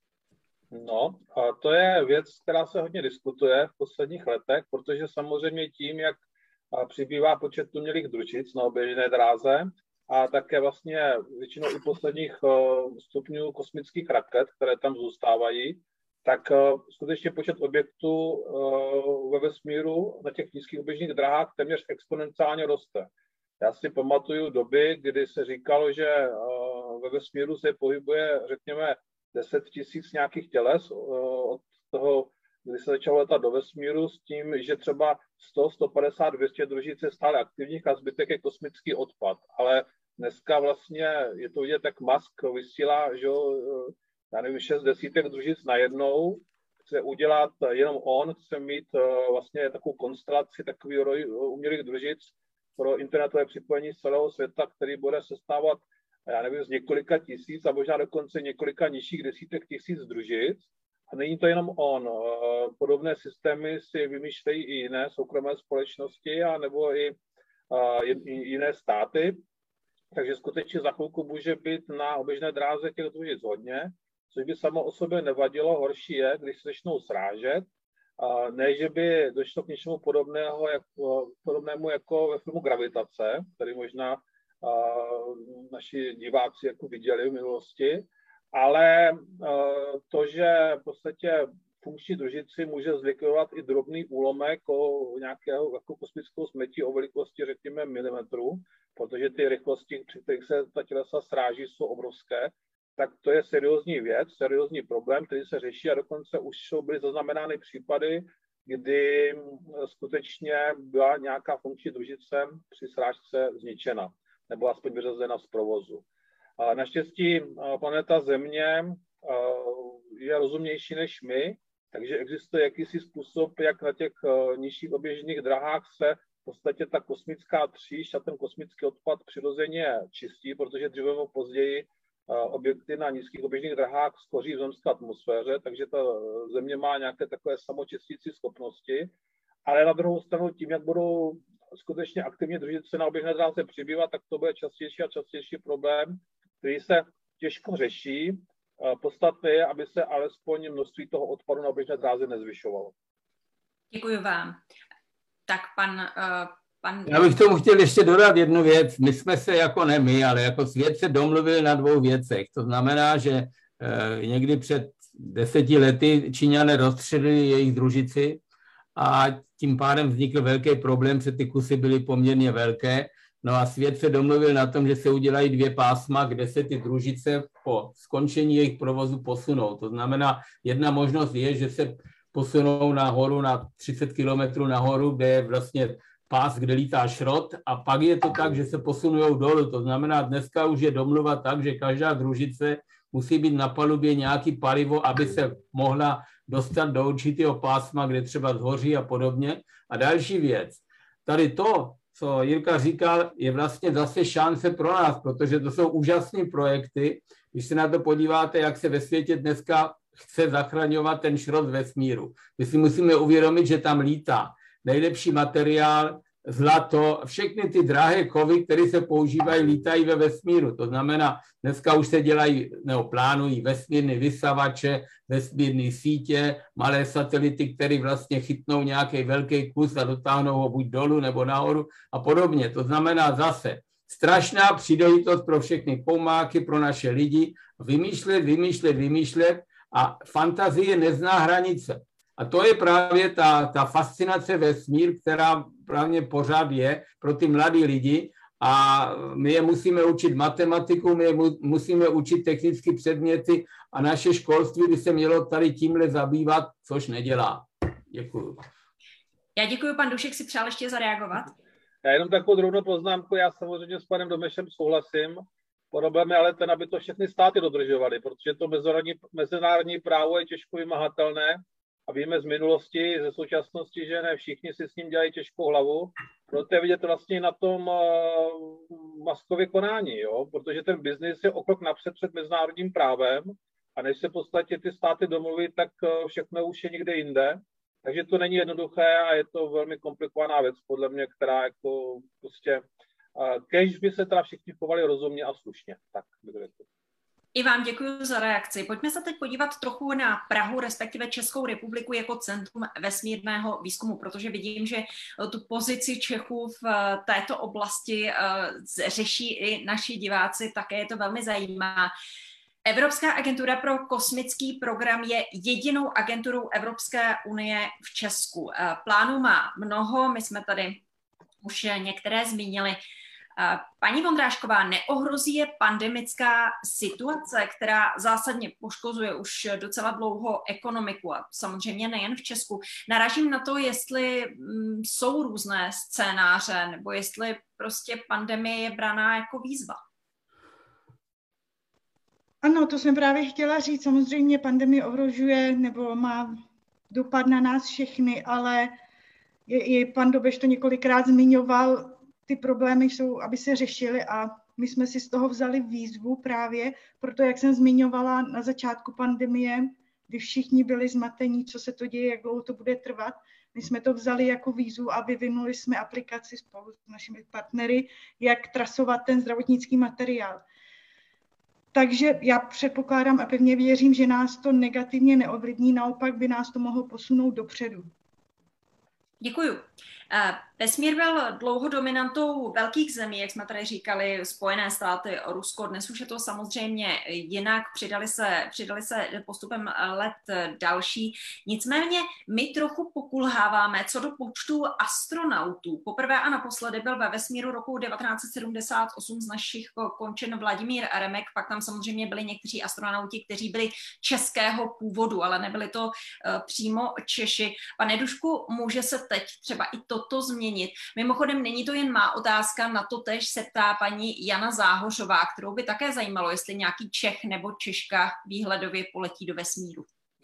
No, a to je věc, která se hodně diskutuje v posledních letech, protože samozřejmě tím, jak přibývá počet umělých družic na oběžné dráze a také vlastně většinou i posledních stupňů kosmických raket, které tam zůstávají, tak skutečně počet objektů ve vesmíru na těch nízkých oběžných dráhách téměř exponenciálně roste. Já si pamatuju doby, kdy se říkalo, že ve vesmíru se pohybuje, řekněme, deset tisíc nějakých těles od toho, kdy se začalo letat do vesmíru s tím, že třeba sto, sto padesát, dvě stě družic je stále aktivních a zbytek je kosmický odpad. Ale dneska vlastně je to vidět, jak Musk vysílá, že já nevím, šest desítek družic najednou, chce udělat jenom on, chce mít vlastně takovou konstelaci takových umělých družic pro internetové připojení z celého světa, který bude sestávat, já nevím, z několika tisíc a možná dokonce několika nižších desítek tisíc družic. A není to jenom on. Podobné systémy si vymýšlejí i jiné soukromé společnosti a nebo i, i jiné státy. Takže skutečně za chvilku může být na oběžné dráze těch družic hodně, což by samo o sobě nevadilo. Horší je, když se začnou srážet. Ne, že by došlo k něčemu podobného, jako, podobnému jako ve filmu Gravitace, který možná naši diváci jako viděli v minulosti, ale to, že v podstatě funkční družici může zlikvidovat i drobný úlomek o nějakého jako kosmického smetí o velikosti, řekněme, milimetrů, protože ty rychlosti, při kterých se ta tělesa sráží, jsou obrovské, tak to je seriózní věc, seriózní problém, který se řeší a dokonce už byly zaznamenány případy, kdy skutečně byla nějaká funkční družice při srážce zničena nebo aspoň vyřazena z provozu. Naštěstí planeta Země je rozumnější než my, takže existuje jakýsi způsob, jak na těch nižších oběžných drahách se v podstatě ta kosmická tříš a ten kosmický odpad přirozeně čistí, protože dříve nebo později objekty na nízkých oběžných drahách skoří v zemské atmosféře, takže ta Země má nějaké takové samočistící schopnosti, ale na druhou stranu tím, jak budou skutečně aktivně družice na oběžné dráze přibývat, tak to bude častější a častější problém, který se těžko řeší. Podstatné je, aby se alespoň množství toho odpadu na oběžné dráze nezvyšovalo. Děkuji vám. Tak pan, uh, pan... Já bych tomu chtěl ještě dodat jednu věc. My jsme se jako ne my, ale jako svět se domluvil na dvou věcech. To znamená, že uh, někdy před deseti lety Číňané rozstřelili jejich družici a tím pádem vznikl velký problém, protože ty kusy byly poměrně velké. No a svět se domluvil na tom, že se udělají dvě pásma, kde se ty družice po skončení jejich provozu posunou. To znamená, jedna možnost je, že se posunou nahoru na třicet kilometrů nahoru, kde je vlastně pás, kde lítá šrot, a pak je to tak, že se posunou dolů. To znamená, dneska už je domluva tak, že každá družice musí být na palubě nějaký palivo, aby se mohla dostat do určitého pásma, kde třeba zhoří a podobně. A další věc, tady to, co Jirka říkal, je vlastně zase šance pro nás, protože to jsou úžasné projekty. Když se na to podíváte, jak se ve světě dneska chce zachraňovat ten šrot vesmíru. My si musíme uvědomit, že tam lítá nejlepší materiál, zlato, všechny ty drahé kovy, které se používají, lítají ve vesmíru. To znamená, dneska už se dělají nebo plánují vesmírné vysavače, vesmírné sítě, malé satelity, které vlastně chytnou nějaký velký kus a dotáhnou ho buď dolů nebo nahoru a podobně. To znamená zase strašná příležitost pro všechny poumáky, pro naše lidi, vymýšlet, vymýšlet, vymýšlet, a fantazie nezná hranice. A to je právě ta, ta fascinace vesmír, která právě pořád je pro ty mladí lidi, a my je musíme učit matematiku, my je musíme učit technické předměty a naše školství by se mělo tady tímhle zabývat, což nedělá. Děkuju. Já děkuji, pan Dušek si přál ještě zareagovat. Já jenom takovou drobnou poznámku, já samozřejmě s panem Domešem souhlasím. Problém je ale ten, aby to všechny státy dodržovaly, protože to mezinárodní, mezinárodní právo je těžko vymahatelné a víme z minulosti, ze současnosti, že ne všichni si s ním dělají těžkou hlavu. Proto je vidět vlastně na tom uh, Muskově konání, jo? Protože ten biznis je o krok napřed před mezinárodním právem a než se v podstatě ty státy domluví, tak všechno už je někde jinde. Takže to není jednoduché a je to velmi komplikovaná věc, podle mě, která jako prostě, kéž by se teda všichni chovali rozumně a slušně. Tak bych řekl. I vám děkuji za reakci. Pojďme se teď podívat trochu na Prahu, respektive Českou republiku jako centrum vesmírného výzkumu, protože vidím, že tu pozici Čechů v této oblasti řeší i naši diváci, také je to velmi zajímá. Evropská agentura pro kosmický program je jedinou agenturou Evropské unie v Česku. Plánů má mnoho, my jsme tady už některé zmínili. Paní Vondrášková, neohrozí je pandemická situace, která zásadně poškozuje už docela dlouho ekonomiku a samozřejmě nejen v Česku. Narážím na to, jestli jsou různé scénáře nebo jestli prostě pandemie je braná jako výzva. Ano, to jsem právě chtěla říct. Samozřejmě pandemie ohrožuje nebo má dopad na nás všechny, ale i pan Dobeš to několikrát zmiňoval, ty problémy jsou, aby se řešily a my jsme si z toho vzali výzvu právě, proto jak jsem zmiňovala na začátku pandemie, kdy všichni byli zmatení, co se to děje, jak dlouho to bude trvat. My jsme to vzali jako výzvu a vyvinuli jsme aplikaci spolu s našimi partnery, jak trasovat ten zdravotnický materiál. Takže já předpokládám a pevně věřím, že nás to negativně neovlivní, naopak by nás to mohlo posunout dopředu. Děkuju. Vesmír byl dlouho dominantou velkých zemí, jak jsme tady říkali, Spojené státy, Rusko. Dnes už je to samozřejmě jinak, přidali se, přidali se postupem let další. Nicméně my trochu pokulháváme co do počtu astronautů. Poprvé a naposledy byl ve vesmíru roku devatenáct set sedmdesát osm z našich končin Vladimír Remek, pak tam samozřejmě byli někteří astronauti, kteří byli českého původu, ale nebyli to přímo Češi. Pane Dušku, může se teď třeba i toto změnit? Mimochodem, není to jen má otázka, na to též se ptá paní Jana Záhořová, kterou by také zajímalo, jestli nějaký Čech nebo Češka výhledově poletí do vesmíru.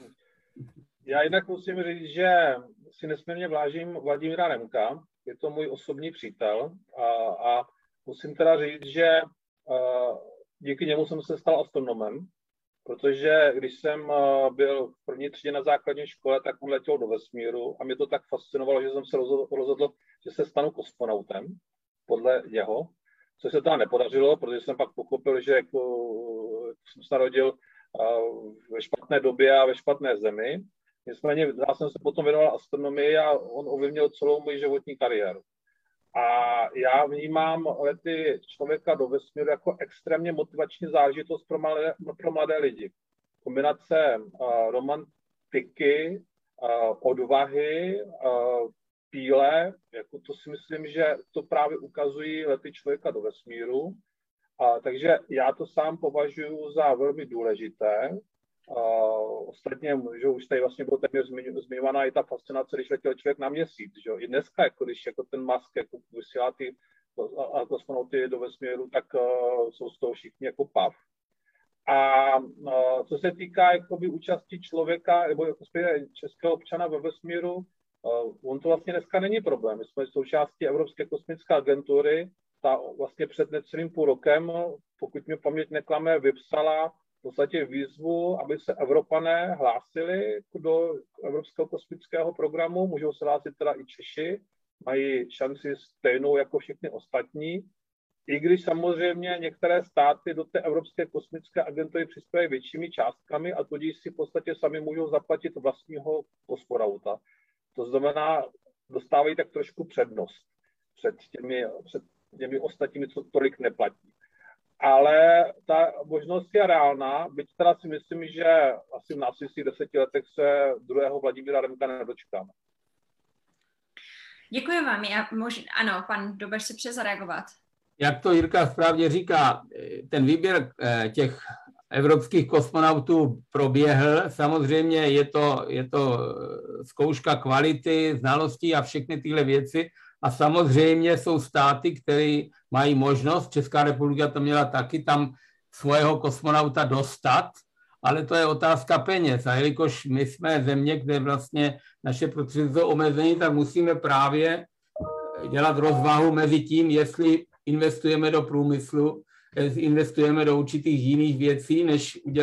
Já jinak musím říct, že si nesmírně vážím Vladimíra Remka, je to můj osobní přítel a, a musím teda říct, že uh, díky němu jsem se stal astronomem, protože když jsem byl v první třídě na základní škole, tak on letěl do vesmíru a mě to tak fascinovalo, že jsem se rozhodl, rozhodl že se stanu kosmonautem podle něho, což se teda nepodařilo, protože jsem pak pochopil, že jako, jsem se narodil ve špatné době a ve špatné zemi. Nicméně já jsem se potom věnoval astronomii a on ovlivnil celou moji životní kariéru. A já vnímám lety člověka do vesmíru jako extrémně motivační záležitost pro mladé, pro mladé lidi. Kombinace uh, romantiky, uh, odvahy, uh, píle, jako to si myslím, že to právě ukazují lety člověka do vesmíru. Uh, takže já to sám považuji za velmi důležité. Uh, ostatně, že už tady vlastně bylo téměř zmiňovaná i ta fascinace, když letěl člověk na měsíc, že? I dneska, jako když jako ten Musk jako vysílá ty kosmonauty do vesmíru, tak uh, jsou z toho všichni jako pav. A uh, co se týká jakoby účasti člověka nebo jako českého občana ve vesmíru, uh, on to vlastně dneska není problém. My jsme součástí Evropské kosmické agentury, ta vlastně před necelým půl rokem, pokud mě paměť neklame, vypsala v podstatě výzvu, aby se Evropané hlásili do Evropského kosmického programu. Můžou se hlásit teda i Češi, mají šanci stejnou jako všichni ostatní. I když samozřejmě některé státy do té Evropské kosmické agentury přispívají většími částkami a tudíž si v podstatě sami můžou zaplatit vlastního kosmonauta. To znamená, dostávají tak trošku přednost před těmi, před těmi ostatními, co tolik neplatí. Ale ta možnost je reálná, byť teda si myslím, že asi v následujících deseti letech se druhého Vladimíra Remka nedočkáme. Děkuji vám. Já mož... Ano, pan Dobeš si přeje zareagovat. Jak to Jirka správně říká, ten výběr těch evropských kosmonautů proběhl. Samozřejmě je to, je to zkouška kvality, znalostí a všechny tyhle věci. A samozřejmě jsou státy, které mají možnost, Česká republika to měla taky, tam svého kosmonauta dostat, ale to je otázka peněz. A jelikož my jsme země, kde vlastně naše prostředky jsou omezení, tak musíme právě dělat rozvahu mezi tím, jestli investujeme do průmyslu, jestli investujeme do určitých jiných věcí, než udělat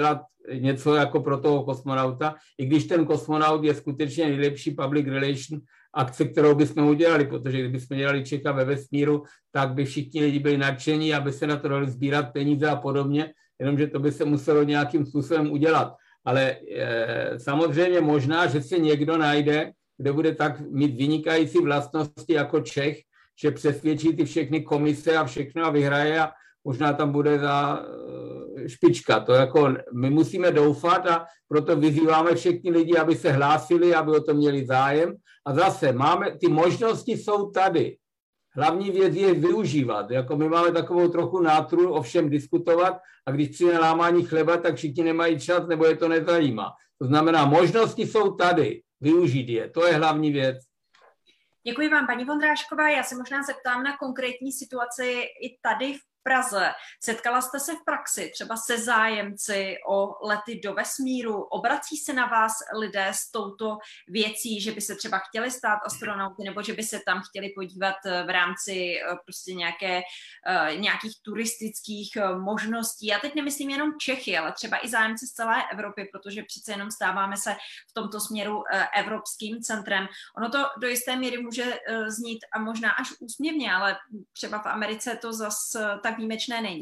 něco jako pro toho kosmonauta, i když ten kosmonaut je skutečně nejlepší public relation akce, kterou bychom udělali, protože kdybychom dělali Čecha ve vesmíru, tak by všichni lidi byli nadšení, aby se na to dali sbírat peníze a podobně, jenomže to by se muselo nějakým způsobem udělat. Ale e, samozřejmě možná, že se někdo najde, kde bude tak mít vynikající vlastnosti jako Čech, že přesvědčí ty všechny komise a všechno a vyhraje a možná tam bude za e, špička. To jako my musíme doufat a proto vyzýváme všechny lidi, aby se hlásili, aby o to měli zájem. A zase máme, ty možnosti jsou tady. Hlavní věc je využívat. Jako my máme takovou trochu náturu o všem diskutovat a když přijde lámání chleba, tak všichni nemají čas nebo je to nezajímá. To znamená, možnosti jsou tady. Využít je. To je hlavní věc. Děkuji vám, paní Vondrášková. Já se možná zeptám na konkrétní situaci i tady v Praze. Setkala jste se v praxi třeba se zájemci o lety do vesmíru? Obrací se na vás lidé s touto věcí, že by se třeba chtěli stát astronauty nebo že by se tam chtěli podívat v rámci prostě nějaké, nějakých turistických možností? Já teď nemyslím jenom Čechy, ale třeba i zájemci z celé Evropy, protože přece jenom stáváme se v tomto směru evropským centrem. Ono to do jisté míry může znít a možná až úsměvně, ale třeba v Americe to zase tak výjimečné není.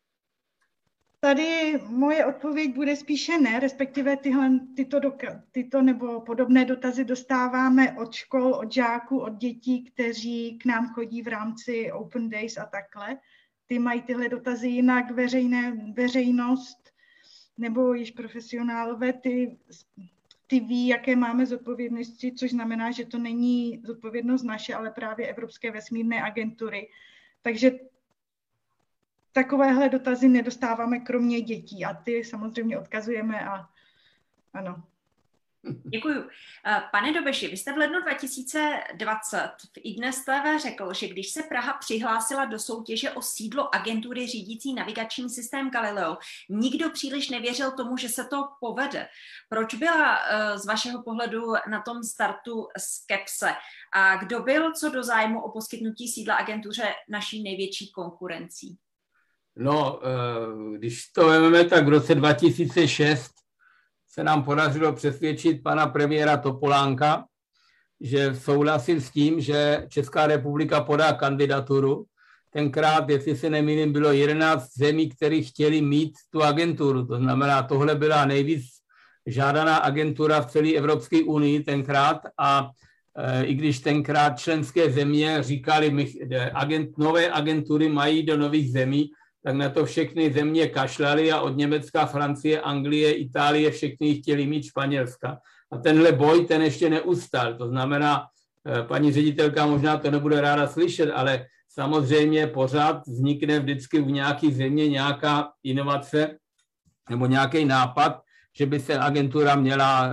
Tady moje odpověď bude spíše ne, respektive tyhle, tyto, doka- tyto nebo podobné dotazy dostáváme od škol, od žáků, od dětí, kteří k nám chodí v rámci Open Days a takhle. Ty mají tyhle dotazy, jinak veřejné, veřejnost nebo již profesionálové, ty, ty ví, jaké máme zodpovědnosti, což znamená, že to není zodpovědnost naše, ale právě Evropské vesmírné agentury. Takže takovéhle dotazy nedostáváme kromě dětí a ty samozřejmě odkazujeme a ano. Děkuju. Pane Dobeši, vy jste v lednu dva tisíce dvacet v iDnes T V řekl, že když se Praha přihlásila do soutěže o sídlo agentury řídící navigační systém Galileo, nikdo příliš nevěřil tomu, že se to povede. Proč byla z vašeho pohledu na tom startu skepse? A kdo byl co do zájmu o poskytnutí sídla agentuře naší největší konkurencí? No, když to vezmeme, tak v roce dva tisíce šest se nám podařilo přesvědčit pana premiéra Topolánka, že souhlasil s tím, že Česká republika podá kandidaturu. Tenkrát, jestli se nemýlím, bylo jedenáct zemí, které chtěli mít tu agenturu. To znamená, tohle byla nejvíc žádaná agentura v celé Evropské unii tenkrát a e, i když tenkrát členské země říkali, my, agent, nové agentury mají do nových zemí, tak na to všechny země kašlali a od Německa, Francie, Anglie, Itálie všechny chtěli mít Španělska. A tenhle boj, ten ještě neustal. To znamená, paní ředitelka možná to nebude ráda slyšet, ale samozřejmě pořád vznikne vždycky v nějaké země nějaká inovace nebo nějaký nápad, že by se agentura měla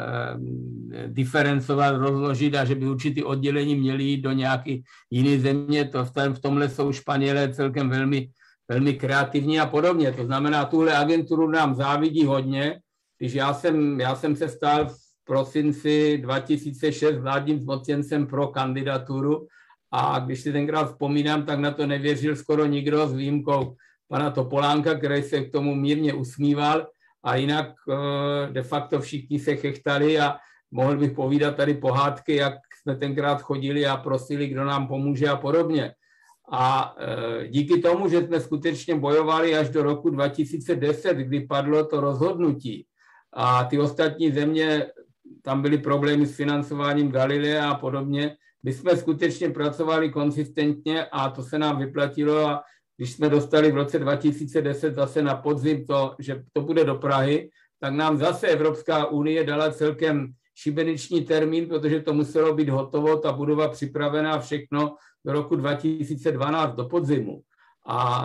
diferencovat, rozložit a že by určitý oddělení měly jít do nějaké jiné země. To v tomhle jsou Španělé celkem velmi velmi kreativní a podobně. To znamená, tuhle agenturu nám závidí hodně. Když já jsem, já jsem se stal v prosinci dva tisíce šest vládním zmocněncem pro kandidaturu a když si tenkrát vzpomínám, tak na to nevěřil skoro nikdo s výjimkou pana Topolánka, který se k tomu mírně usmíval a jinak de facto všichni se chechtali a mohl bych povídat tady pohádky, jak jsme tenkrát chodili a prosili, kdo nám pomůže a podobně. A díky tomu, že jsme skutečně bojovali až do roku dva tisíce deset, kdy padlo to rozhodnutí a ty ostatní země, tam byly problémy s financováním Galilea a podobně, my jsme skutečně pracovali konsistentně a to se nám vyplatilo a když jsme dostali v roce dva tisíce deset zase na podzim to, že to bude do Prahy, tak nám zase Evropská unie dala celkem šibeniční termín, protože to muselo být hotovo, ta budova připravená, všechno do roku dva tisíce dvanáct, do podzimu. A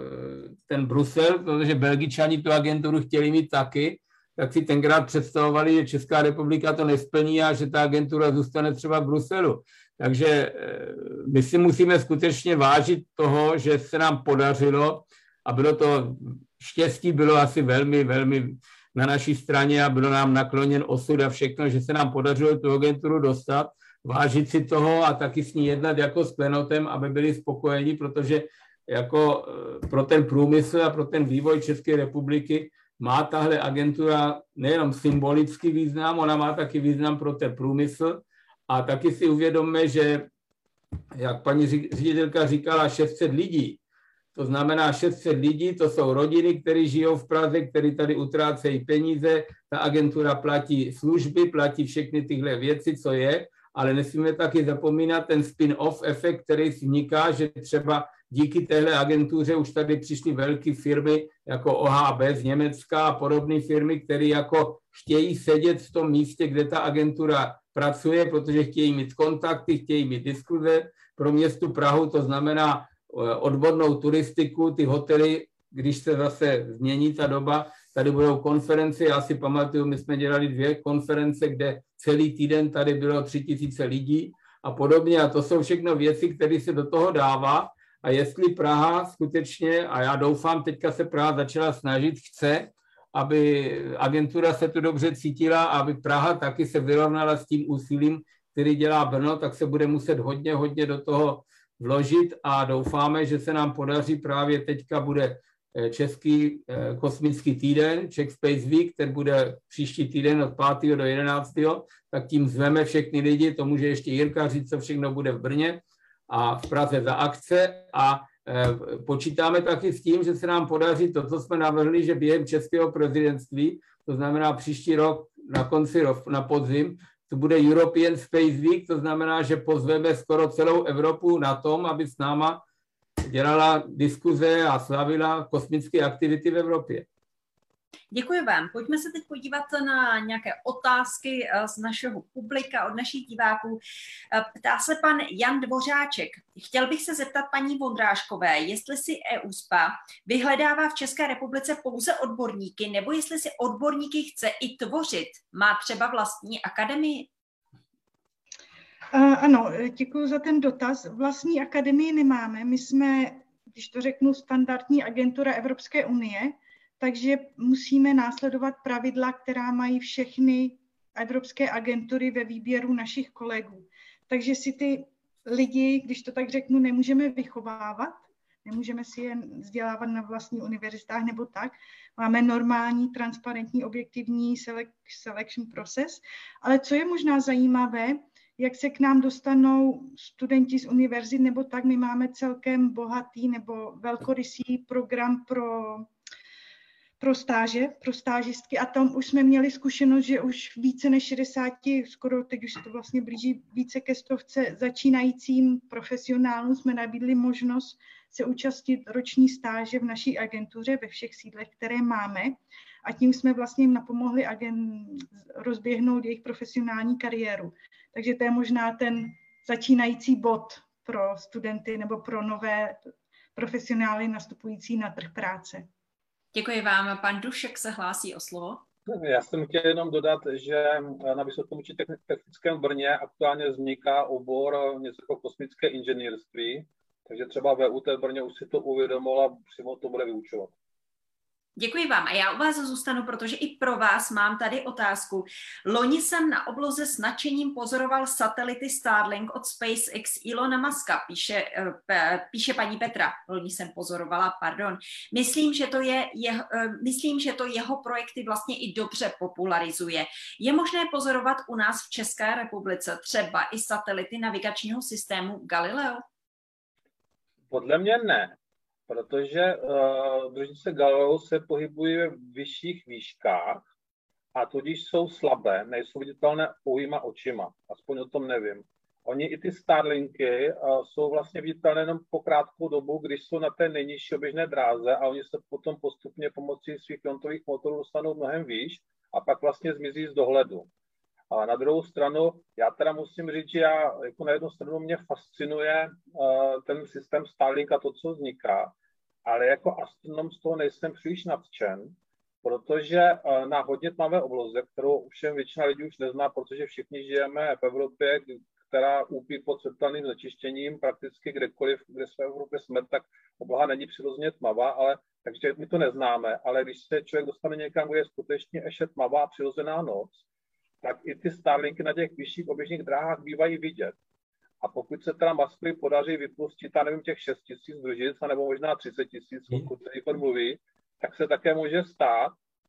ten Brusel, protože Belgičani tu agenturu chtěli mít taky, tak si tenkrát představovali, že Česká republika to nesplní a že ta agentura zůstane třeba v Bruselu. Takže my si musíme skutečně vážit toho, že se nám podařilo a bylo to, štěstí bylo asi velmi, velmi na naší straně a bylo nám nakloněn osud a všechno, že se nám podařilo tu agenturu dostat, vážit si toho a taky s ní jednat jako s klenotem, aby byli spokojeni, protože jako pro ten průmysl a pro ten vývoj České republiky má tahle agentura nejenom symbolický význam, ona má taky význam pro ten průmysl a taky si uvědomme, že, jak paní ředitelka říkala, šest set lidí, to znamená šest set lidí, to jsou rodiny, které žijou v Praze, které tady utrácejí peníze, ta agentura platí služby, platí všechny tyhle věci, co je, ale nesmíme taky zapomínat ten spin-off efekt, který vzniká, že třeba díky téhle agentuře už tady přišly velké firmy jako O H B z Německa a podobné firmy, které jako chtějí sedět v tom místě, kde ta agentura pracuje, protože chtějí mít kontakty, chtějí mít diskuze. Pro městu Prahu to znamená odbornou turistiku, ty hotely, když se zase změní ta doba, tady budou konference, já si pamatuju, my jsme dělali dvě konference, kde celý týden tady bylo tři tisíce lidí a podobně a to jsou všechno věci, které se do toho dává a jestli Praha skutečně, a já doufám, teďka se Praha začala snažit, chce, aby agentura se tu dobře cítila, aby Praha taky se vyrovnala s tím úsilím, který dělá Brno, tak se bude muset hodně, hodně do toho vložit a doufáme, že se nám podaří, právě teďka bude Český kosmický týden, Czech Space Week, který bude příští týden od pátého do jedenáctého tak tím zveme všechny lidi, to může ještě Jirka říct, co všechno bude v Brně a v Praze za akce a počítáme taky s tím, že se nám podaří to, co jsme navrhli, že během českého prezidentství, to znamená příští rok, na konci roku, na podzim, to bude European Space Week, to znamená, že pozveme skoro celou Evropu na tom, aby s náma dělala diskuze a slavila kosmické aktivity v Evropě. Děkuji vám. Pojďme se teď podívat na nějaké otázky z našeho publika, od našich diváků. Ptá se pan Jan Dvořáček. Chtěl bych se zeptat paní Vondráškové, jestli si EUSPA vyhledává v České republice pouze odborníky, nebo jestli si odborníky chce i tvořit. Má třeba vlastní akademii? Ano, děkuji za ten dotaz. Vlastní akademii nemáme. My jsme, když to řeknu, standardní agentura Evropské unie, takže musíme následovat pravidla, která mají všechny evropské agentury ve výběru našich kolegů. Takže si ty lidi, když to tak řeknu, nemůžeme vychovávat, nemůžeme si je vzdělávat na vlastních univerzitách nebo tak. Máme normální, transparentní, objektivní selection process. Ale co je možná zajímavé, jak se k nám dostanou studenti z univerzit nebo tak, my máme celkem bohatý nebo velkorysý program pro pro stáže, pro stážistky a tam už jsme měli zkušenost, že už více než šedesát, skoro teď už se to vlastně blíží více ke stovce začínajícím profesionálům jsme nabídli možnost se účastnit roční stáže v naší agentuře ve všech sídlech, které máme a tím jsme vlastně jim napomohli agent, rozběhnout jejich profesionální kariéru. Takže to je možná ten začínající bod pro studenty nebo pro nové profesionály nastupující na trh práce. Děkuji vám. Pan Dušek se hlásí o slovo. Já jsem chtěl jenom dodat, že na Vysokém učení technickém v Brně aktuálně vzniká obor něco jako kosmické inženýrství, takže třeba V U T v Brně už si to uvědomilo a přímo to bude vyučovat. Děkuji vám. A já u vás zůstanu, protože i pro vás mám tady otázku. Loni jsem na obloze s nadšením pozoroval satelity Starlink od SpaceX Elona Muska, píše, píše paní Petra. Loni jsem pozorovala, pardon. Myslím, že to je jeho, myslím, že to jeho projekty vlastně i dobře popularizuje. Je možné pozorovat u nás v České republice třeba i satelity navigačního systému Galileo? Podle mě ne. Protože uh, družice Galileo se pohybuje v vyšších výškách a tudíž jsou slabé, nejsou viditelné pouhýma očima, aspoň o tom nevím. Oni i ty Starlinky uh, jsou vlastně viditelné jenom po krátkou dobu, když jsou na té nejnižší oběžné dráze a oni se potom postupně pomocí svých iontových motorů dostanou mnohem výš a pak vlastně zmizí z dohledu. A na druhou stranu, já teda musím říct, že já jako na jednu stranu mě fascinuje uh, ten systém Starlink a to, co vzniká, ale jako astronom z toho nejsem příliš nadšen, protože uh, na hodně tmavé obloze, kterou všem většina lidí už nezná, protože všichni žijeme v Evropě, která úpí pod světelným znečištěním prakticky kdekoliv, kde jsme v Evropě jsme, tak obloha není přirozeně tmavá, ale takže my to neznáme, ale když se člověk dostane někam, kde je skutečně ještě tmavá přirozená noc, tak i ty Starlinky na těch vyšších oběžných dráhách bývají vidět. A pokud se teda Muskovi podaří vypustit, já nevím, těch šest tisíc družic, nebo možná třicet tisíc, o kterých on mluví, tak se také může stát,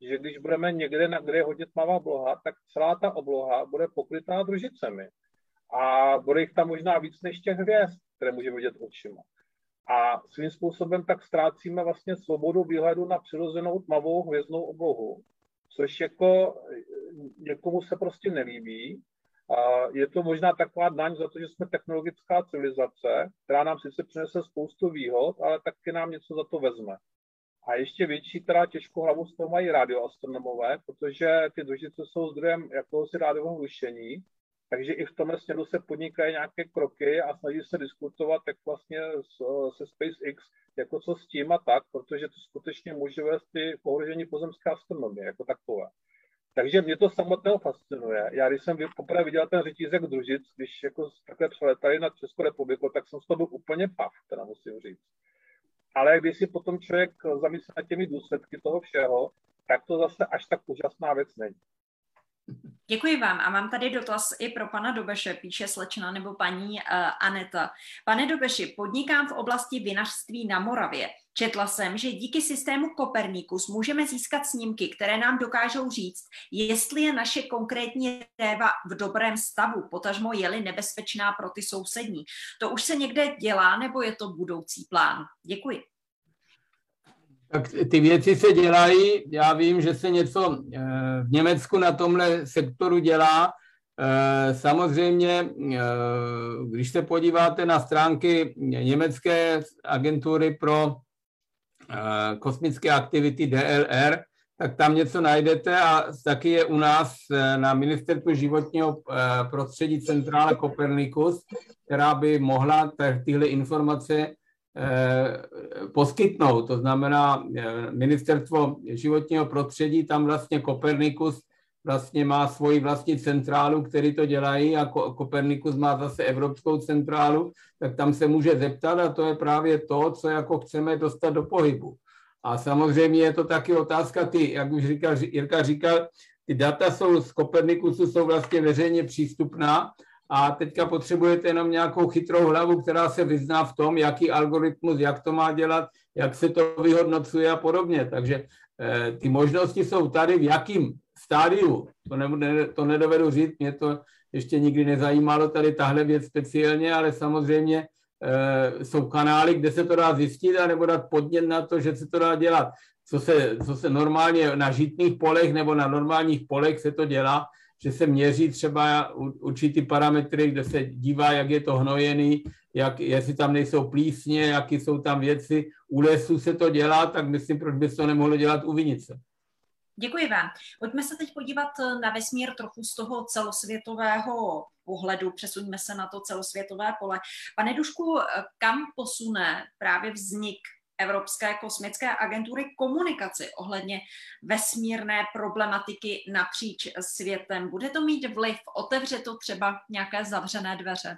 že když budeme někde, na kde je hodně tmavá obloha, tak celá ta obloha bude pokrytá družicemi. A bude jich tam možná víc než těch hvězd, které můžeme vidět očima. A svým způsobem tak ztrácíme vlastně svobodu výhledu na přirozenou tmavou hvězdnou oblohu, což jako někomu se prostě nelíbí. A je to možná taková daň za to, že jsme technologická civilizace, která nám sice přinese spoustu výhod, ale taky nám něco za to vezme. A ještě větší teda těžkou hlavu z toho mají radioastronomové, protože ty družice jsou zdrojem jakéhosi rádiového rušení, takže i v tomhle směru se podnikají nějaké kroky a snaží se diskutovat jak vlastně se SpaceX, jako co s tím a tak, protože to skutečně může vést i k ohrožení pozemské astronomie jako takové. Takže mě to samotného fascinuje. Já když jsem poprvé viděl ten řetízek družic, když jako takhle přeletali na Českou republiku, tak jsem z toho byl úplně pav, teda musím říct. Ale když si potom člověk zamyslí nad těmi důsledky toho všeho, tak to zase až tak úžasná věc není. Děkuji vám a mám tady dotaz i pro pana Dobeše, píše slečna nebo paní uh, Aneta. Pane Dobeši, podnikám v oblasti vinařství na Moravě. Četla jsem, že díky systému Copernicus můžeme získat snímky, které nám dokážou říct, jestli je naše konkrétní réva v dobrém stavu, potažmo je-li nebezpečná pro ty sousední. To už se někde dělá, nebo je to budoucí plán? Děkuji. Tak ty věci se dělají. Já vím, že se něco v Německu na tomhle sektoru dělá. Samozřejmě, když se podíváte na stránky německé agentury pro kosmické aktivity D L R, tak tam něco najdete a taky je u nás na Ministerstvu životního prostředí centrála Copernicus, která by mohla tyhle informace poskytnout. To znamená, Ministerstvo životního prostředí, tam vlastně Copernicus vlastně má svoji vlastní centrálu, který to dělají, a Copernicus má zase evropskou centrálu, tak tam se může zeptat a to je právě to, co jako chceme dostat do pohybu. A samozřejmě je to taky otázka, ty, jak už říkal, Jirka říkal, ty data jsou z Copernicusu jsou vlastně veřejně přístupná a teďka potřebujete jenom nějakou chytrou hlavu, která se vyzná v tom, jaký algoritmus, jak to má dělat, jak se to vyhodnocuje a podobně. Takže eh, ty možnosti jsou tady, v jakým stádiu, to, ne, to nedovedu říct, mě to ještě nikdy nezajímalo tady tahle věc speciálně, ale samozřejmě e, jsou kanály, kde se to dá zjistit a nebo dát podnět na to, že se to dá dělat. Co se, co se normálně na žitných polech nebo na normálních polech se to dělá, že se měří třeba určitý parametry, kde se dívá, jak je to hnojený, jak, jestli tam nejsou plísně, jaký jsou tam věci. U lesů se to dělá, tak myslím, proč by se to nemohlo dělat u vinice. Děkuji vám. Pojďme se teď podívat na vesmír trochu z toho celosvětového pohledu. Přesuňme se na to celosvětové pole. Pane Dušku, kam posune právě vznik Evropské kosmické agentury komunikaci ohledně vesmírné problematiky napříč světem? Bude to mít vliv? Otevře to třeba nějaké zavřené dveře?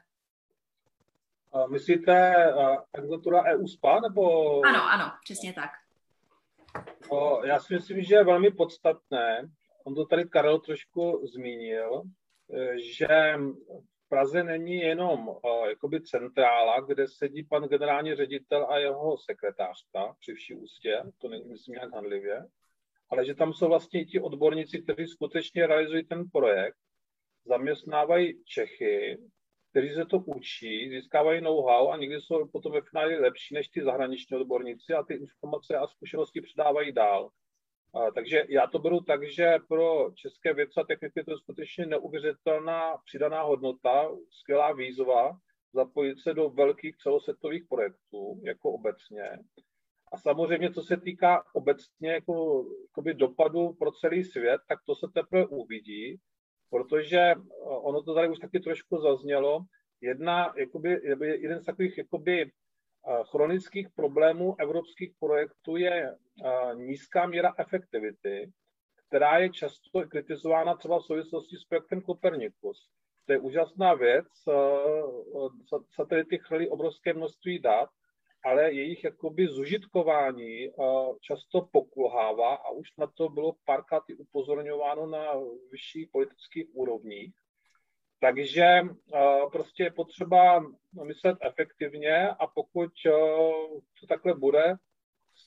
Myslíte agentura E U S P A? Nebo... Ano, ano, přesně tak. No, já si myslím, že je velmi podstatné, on to tady Karel trošku zmínil, že v Praze není jenom uh, jakoby centrála, kde sedí pan generální ředitel a jeho sekretářka při vší úctě, to není myslím nějak handlivě, ale že tam jsou vlastně i ti odborníci, kteří skutečně realizují ten projekt, zaměstnávají Čechy, kteří se to učí, získávají know-how a někdy jsou potom ve finále lepší než ty zahraniční odborníci a ty informace a zkušenosti předávají dál. A, takže já to beru tak, že pro české vědce a techniky to je skutečně neuvěřitelná přidaná hodnota, skvělá výzva zapojit se do velkých celosvětových projektů, jako obecně. A samozřejmě, co se týká obecně jako, jakoby dopadu pro celý svět, tak to se teprve uvidí, protože ono to tady už taky trošku zaznělo. Jedna, jakoby, jeden z takových jakoby, chronických problémů evropských projektů je nízká míra efektivity, která je často kritizována třeba v souvislosti s projektem Copernicus. To je úžasná věc, satelity chrlí obrovské množství dat, ale jejich jakoby zužitkování často pokulhává a už na to bylo párkrát i upozorňováno na vyšších politických úrovních. Takže prostě je potřeba myslet efektivně a pokud to takhle bude, s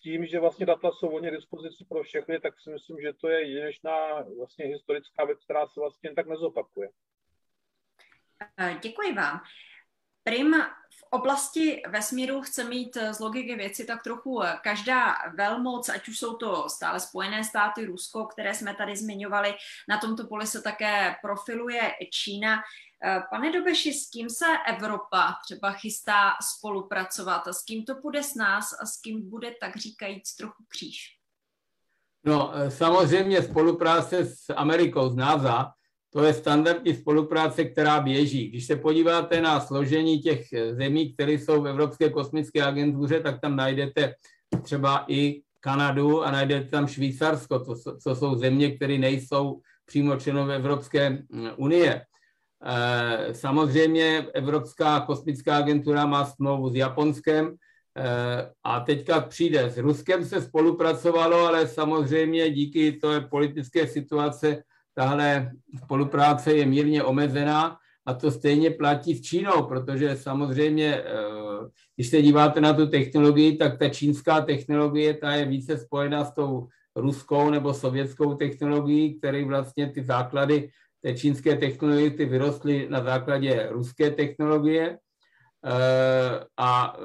tím, že vlastně data jsou volně dispozici pro všechny, tak si myslím, že to je jedinečná vlastně historická věc, která se vlastně tak nezopakuje. Děkuji vám. Prim, v oblasti vesmíru chce mít z logiky věci tak trochu každá velmoc, ať už jsou to stále Spojené státy, Rusko, které jsme tady zmiňovali. Na tomto poli se také profiluje Čína. Pane Dobeši, s kým se Evropa třeba chystá spolupracovat? S kým to půjde s nás a s kým bude, tak říkajíc, trochu kříž? No, samozřejmě spolupráce s Amerikou, s NASA, to je standardní spolupráce, která běží. Když se podíváte na složení těch zemí, které jsou v Evropské kosmické agentuře, tak tam najdete třeba i Kanadu a najdete tam Švýcarsko, to, to jsou země, které nejsou přímo členové Evropské unie. Samozřejmě Evropská kosmická agentura má smlouvu s Japonskem a teďka přijde. S Ruskem se spolupracovalo, ale samozřejmě díky té politické situace tahle spolupráce je mírně omezená a to stejně platí s Čínou, protože samozřejmě, když se díváte na tu technologii, tak ta čínská technologie, ta je více spojená s tou ruskou nebo sovětskou technologií, které vlastně ty základy té čínské technologie ty vyrostly na základě ruské technologie a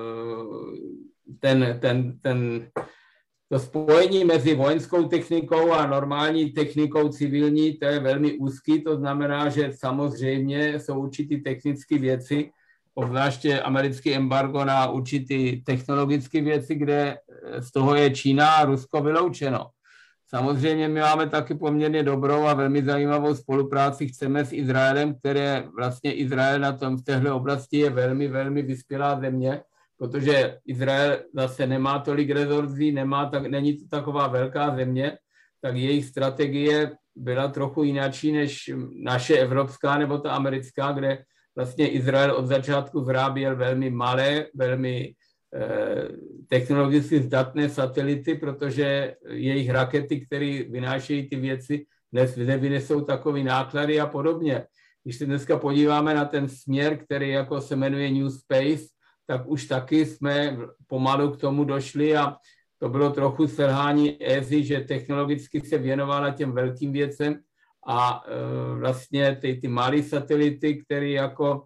ten, ten, ten to spojení mezi vojenskou technikou a normální technikou civilní, to je velmi úzký, to znamená, že samozřejmě jsou určitý technické věci, obzvláště americký embargo na určitý technologické věci, kde z toho je Čína a Rusko vyloučeno. Samozřejmě my máme taky poměrně dobrou a velmi zajímavou spolupráci, chceme s Izraelem, které vlastně Izrael na tom v téhle oblasti je velmi, velmi vyspělá země, protože Izrael zase nemá tolik rezorzí, nemá tak, není to taková velká země, tak jejich strategie byla trochu jináčí než naše evropská nebo ta americká, kde vlastně Izrael od začátku vyráběl velmi malé, velmi eh, technologicky zdatné satelity, protože jejich rakety, které vynášejí ty věci, dnes nevynesou takové náklady a podobně. Když se dneska podíváme na ten směr, který jako se jmenuje New Space, tak už taky jsme pomalu k tomu došli a to bylo trochu selhání E S I, že technologicky se věnovala těm velkým věcem a e, vlastně ty, ty malé satelity, které jako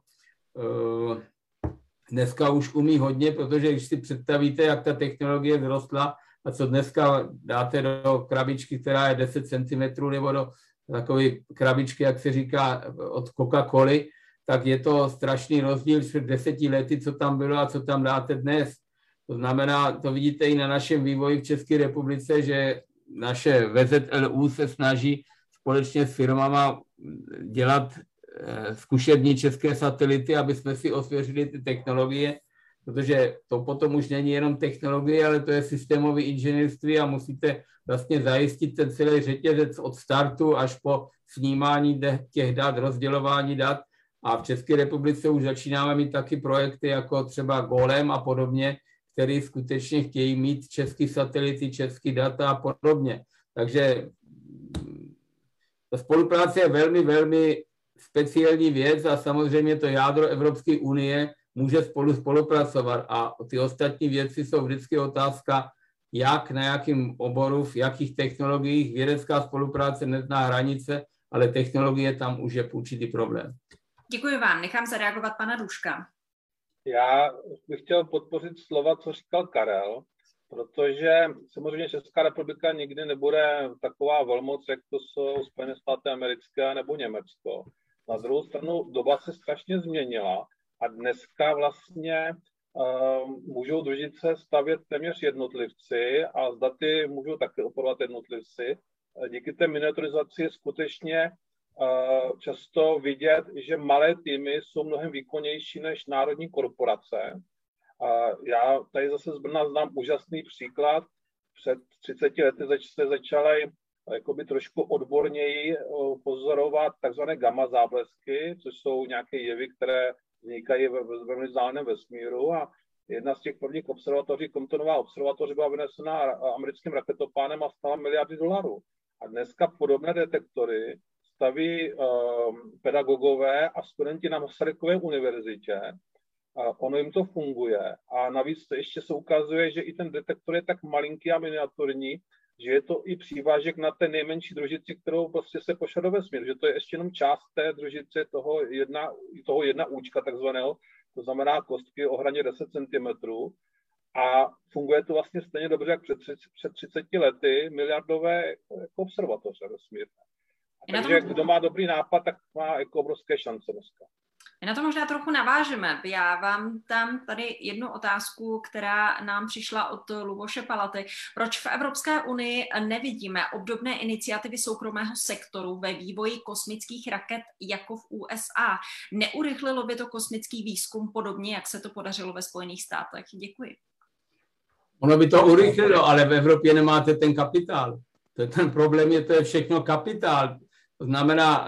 e, dneska už umí hodně, protože když si představíte, jak ta technologie vzrostla a co dneska dáte do krabičky, která je deset centimetrů nebo do takové krabičky, jak se říká, od Coca-Coly, tak je to strašný rozdíl před deseti lety, co tam bylo a co tam dáte dnes. To znamená, to vidíte i na našem vývoji v České republice, že naše V Z L U se snaží společně s firmama dělat zkušební české satelity, aby jsme si osvěžili ty technologie, protože to potom už není jenom technologie, ale to je systémové inženýrství a musíte vlastně zajistit ten celý řetězec od startu až po snímání těch dat, rozdělování dat. A v České republice už začínáme mít taky projekty jako třeba Golem a podobně, které skutečně chtějí mít české satelity, české data a podobně. Takže ta spolupráce je velmi, velmi speciální věc a samozřejmě to jádro Evropské unie může spolu spolupracovat a ty ostatní věci jsou vždycky otázka, jak, na jakém oboru, v jakých technologiích. Vědecká spolupráce nezná hranice, ale technologie tam už je určitý problém. Děkuji vám. Nechám zareagovat pana Duška. Já bych chtěl podpořit slova, co říkal Karel, protože samozřejmě Česká republika nikdy nebude taková velmoc, jak to jsou Spojené státy americké nebo Německo. Na druhou stranu doba se strašně změnila a dneska vlastně uh, můžou družice stavět téměř jednotlivci a z daty můžou také operovat jednotlivci. Díky té miniaturizaci je skutečně uh, často vidět, že malé týmy jsou mnohem výkonnější než národní korporace. Uh, já tady zase z Brna znám úžasný příklad. Před třiceti lety zač- se začaly jakoby trošku odborněji pozorovat takzvané gamma záblesky, což jsou nějaké jevy, které vznikají ve velmi vzdáleném vesmíru. A jedna z těch prvních observatoří, Comptonová observatoř, byla vynesena americkým raketoplánem a stála miliardy dolarů. A dneska podobné detektory staví um, pedagogové a studenti na Masarykově univerzitě. A ono jim to funguje. A navíc ještě se ukazuje, že i ten detektor je tak malinký a miniaturní, že je to i přívážek na té nejmenší družici, kterou prostě se pošle do vesmíru. Že to je ještě jenom část té družice toho jedna, toho jedna účka takzvaného, to znamená kostky o hraně deset centimetrů. A funguje to vlastně stejně dobře, jak před, před třiceti lety miliardové jako observatoře vesmírné. Takže kdo má dobrý nápad, tak má jako obrovské šance dneska. My na to možná trochu navážeme. Já vám tam tady jednu otázku, která nám přišla od Luboše Palaty. Proč v Evropské unii nevidíme obdobné iniciativy soukromého sektoru ve vývoji kosmických raket jako v U S A? Neurychlilo by to kosmický výzkum podobně, jak se to podařilo ve Spojených státech? Děkuji. Ono by to urychlilo, ale v Evropě nemáte ten kapitál. To je ten problém, je to je všechno kapitál. To znamená,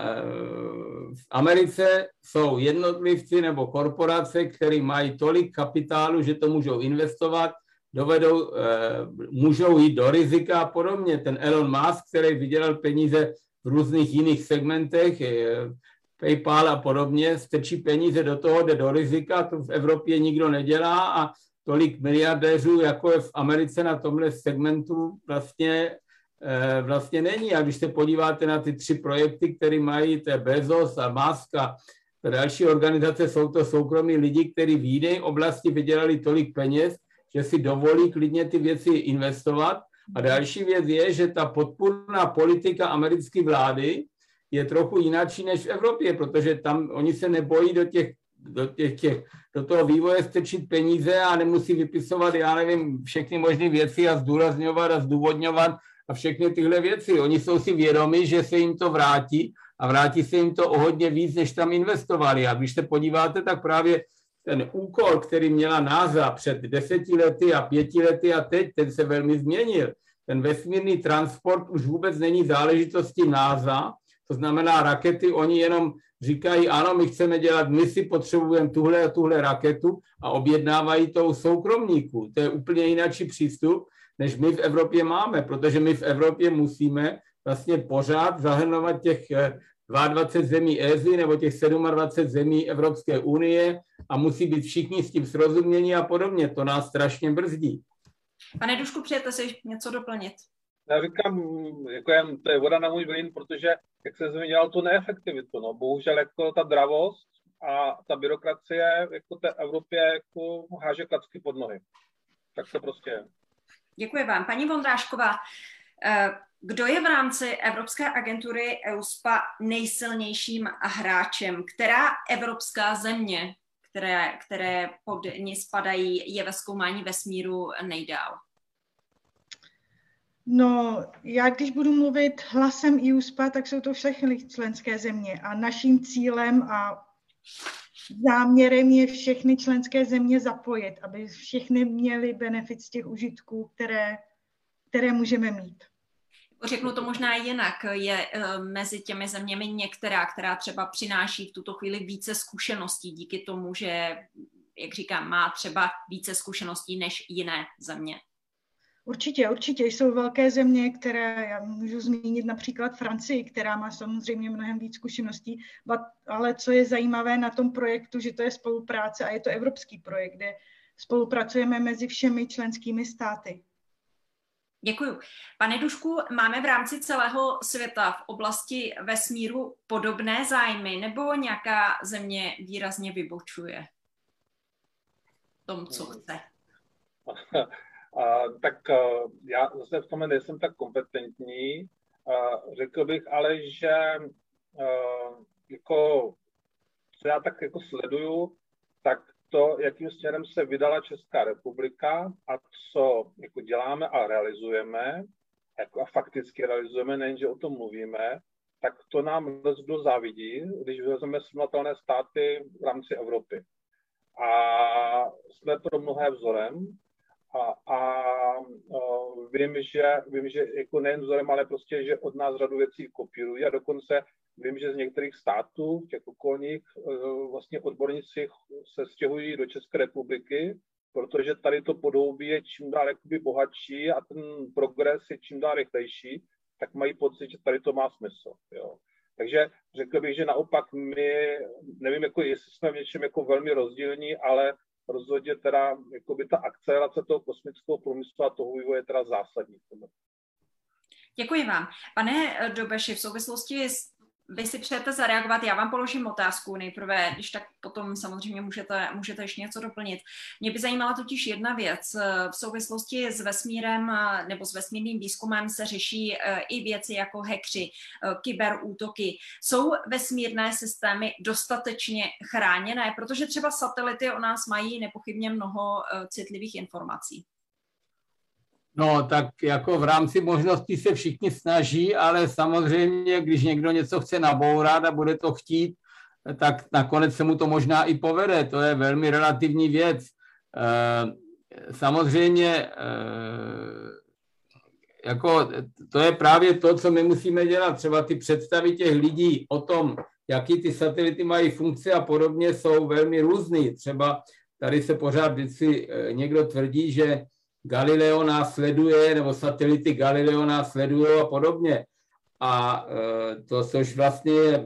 v Americe jsou jednotlivci nebo korporace, které mají tolik kapitálu, že to můžou investovat, dovedou, můžou jít do rizika a podobně. Ten Elon Musk, který vydělal peníze v různých jiných segmentech, PayPal a podobně, strčí peníze do toho, jde do rizika, to v Evropě nikdo nedělá a tolik miliardéřů, jako je v Americe na tomhle segmentu, vlastně vlastně není. A když se podíváte na ty tři projekty, které mají, to je Bezos a Musk a další organizace, jsou to soukromí lidi, kteří v jiné oblasti vydělali tolik peněz, že si dovolí klidně ty věci investovat. A další věc je, že ta podpůrná politika americké vlády je trochu jináčí než v Evropě, protože tam oni se nebojí do těch do, těch, těch, do toho vývoje strčit peníze a nemusí vypisovat, já nevím, všechny možné věci a zdůrazňovat a zdůvodňovat a všechny tyhle věci. Oni jsou si vědomi, že se jim to vrátí a vrátí se jim to o hodně víc, než tam investovali. A když se podíváte, tak právě ten úkol, který měla NASA před deseti lety a pěti lety a teď, ten se velmi změnil. Ten vesmírný transport už vůbec není záležitostí NASA, to znamená rakety, oni jenom říkají, ano, my chceme dělat, my si potřebujeme tuhle a tuhle raketu a objednávají to u soukromníků. To je úplně jináčí přístup, než my v Evropě máme, protože my v Evropě musíme vlastně pořád zahrnovat těch dvacet dva zemí E S I nebo těch dvacet sedm zemí Evropské unie a musí být všichni s tím srozumění a podobně. To nás strašně brzdí. Pane Dušku, přijete si něco doplnit? Já říkám, jako jen, to je voda na můj mlýn, protože, jak se zmínil, tu neefektivitu. No. Bohužel jako ta dravost a ta byrokracie jako té Evropě jako háže klacky pod nohy. Tak to prostě je. Děkuji vám. Paní Vondrášková, kdo je v rámci Evropské agentury EUSPA nejsilnějším hráčem? Která evropská země, které, které pod ní spadají, je ve zkoumání vesmíru nejdál? No, já když budu mluvit hlasem EUSPA, tak jsou to všechny členské země a naším cílem a záměrem je všechny členské země zapojit, aby všechny měly benefit z těch užitků, které, které můžeme mít. Řeknu to možná jinak. Je mezi těmi zeměmi některá, která třeba přináší v tuto chvíli více zkušeností díky tomu, že, jak říkám, má třeba více zkušeností než jiné země? Určitě, určitě. Jsou velké země, které, já můžu zmínit například Francii, která má samozřejmě mnohem víc zkušeností, ale co je zajímavé na tom projektu, že to je spolupráce a je to evropský projekt, kde spolupracujeme mezi všemi členskými státy. Děkuju. Pane Dušku, máme v rámci celého světa v oblasti vesmíru podobné zájmy, nebo nějaká země výrazně vybočuje v tom, co chce? Uh, tak uh, já zase v tomhle nejsem tak kompetentní. Uh, řekl bych ale, že uh, jako, co já tak jako sleduju, tak to, jakým směrem se vydala Česká republika a co jako děláme a realizujeme, jako a fakticky realizujeme, nejenže o tom mluvíme, tak to nám kdo závidí, když vezmeme srovnatelné státy v rámci Evropy. A jsme pro mnohé vzorem. A, a uh, vím, že, vím, že jako nejen vzorem, ale prostě, že od nás řadu věcí kopírují a dokonce vím, že z některých států, těch okolních, uh, vlastně odborníci se stěhují do České republiky, protože tady to podhoubí je čím dál jakoby bohatší a ten progres je čím dál rychlejší, tak mají pocit, že tady to má smysl. Jo. Takže řekl bych, že naopak my, nevím, jako, jestli jsme v něčem jako velmi rozdílní, ale rozhodně teda jakoby ta akcelerace toho kosmického průmyslu a toho vývoje je teda zásadní. Děkuji vám. Pane Dobeši, v souvislosti s vy si přejete zareagovat, já vám položím otázku nejprve, když tak potom samozřejmě můžete, můžete ještě něco doplnit. Mě by zajímala totiž jedna věc. V souvislosti s vesmírem nebo s vesmírným výzkumem se řeší i věci jako hackři, kyberútoky. Jsou vesmírné systémy dostatečně chráněné? Protože třeba satelity o nás mají nepochybně mnoho citlivých informací. No, tak jako v rámci možností se všichni snaží, ale samozřejmě, když někdo něco chce nabourat a bude to chtít, tak nakonec se mu to možná i povede. To je velmi relativní věc. Samozřejmě, jako to je právě to, co my musíme dělat. Třeba ty představy těch lidí o tom, jaký ty satelity mají funkce a podobně, jsou velmi různý. Třeba tady se pořád vždycky někdo tvrdí, že Galileo nás sleduje, nebo satelity Galileo nás sledují a podobně. A e, to což vlastně je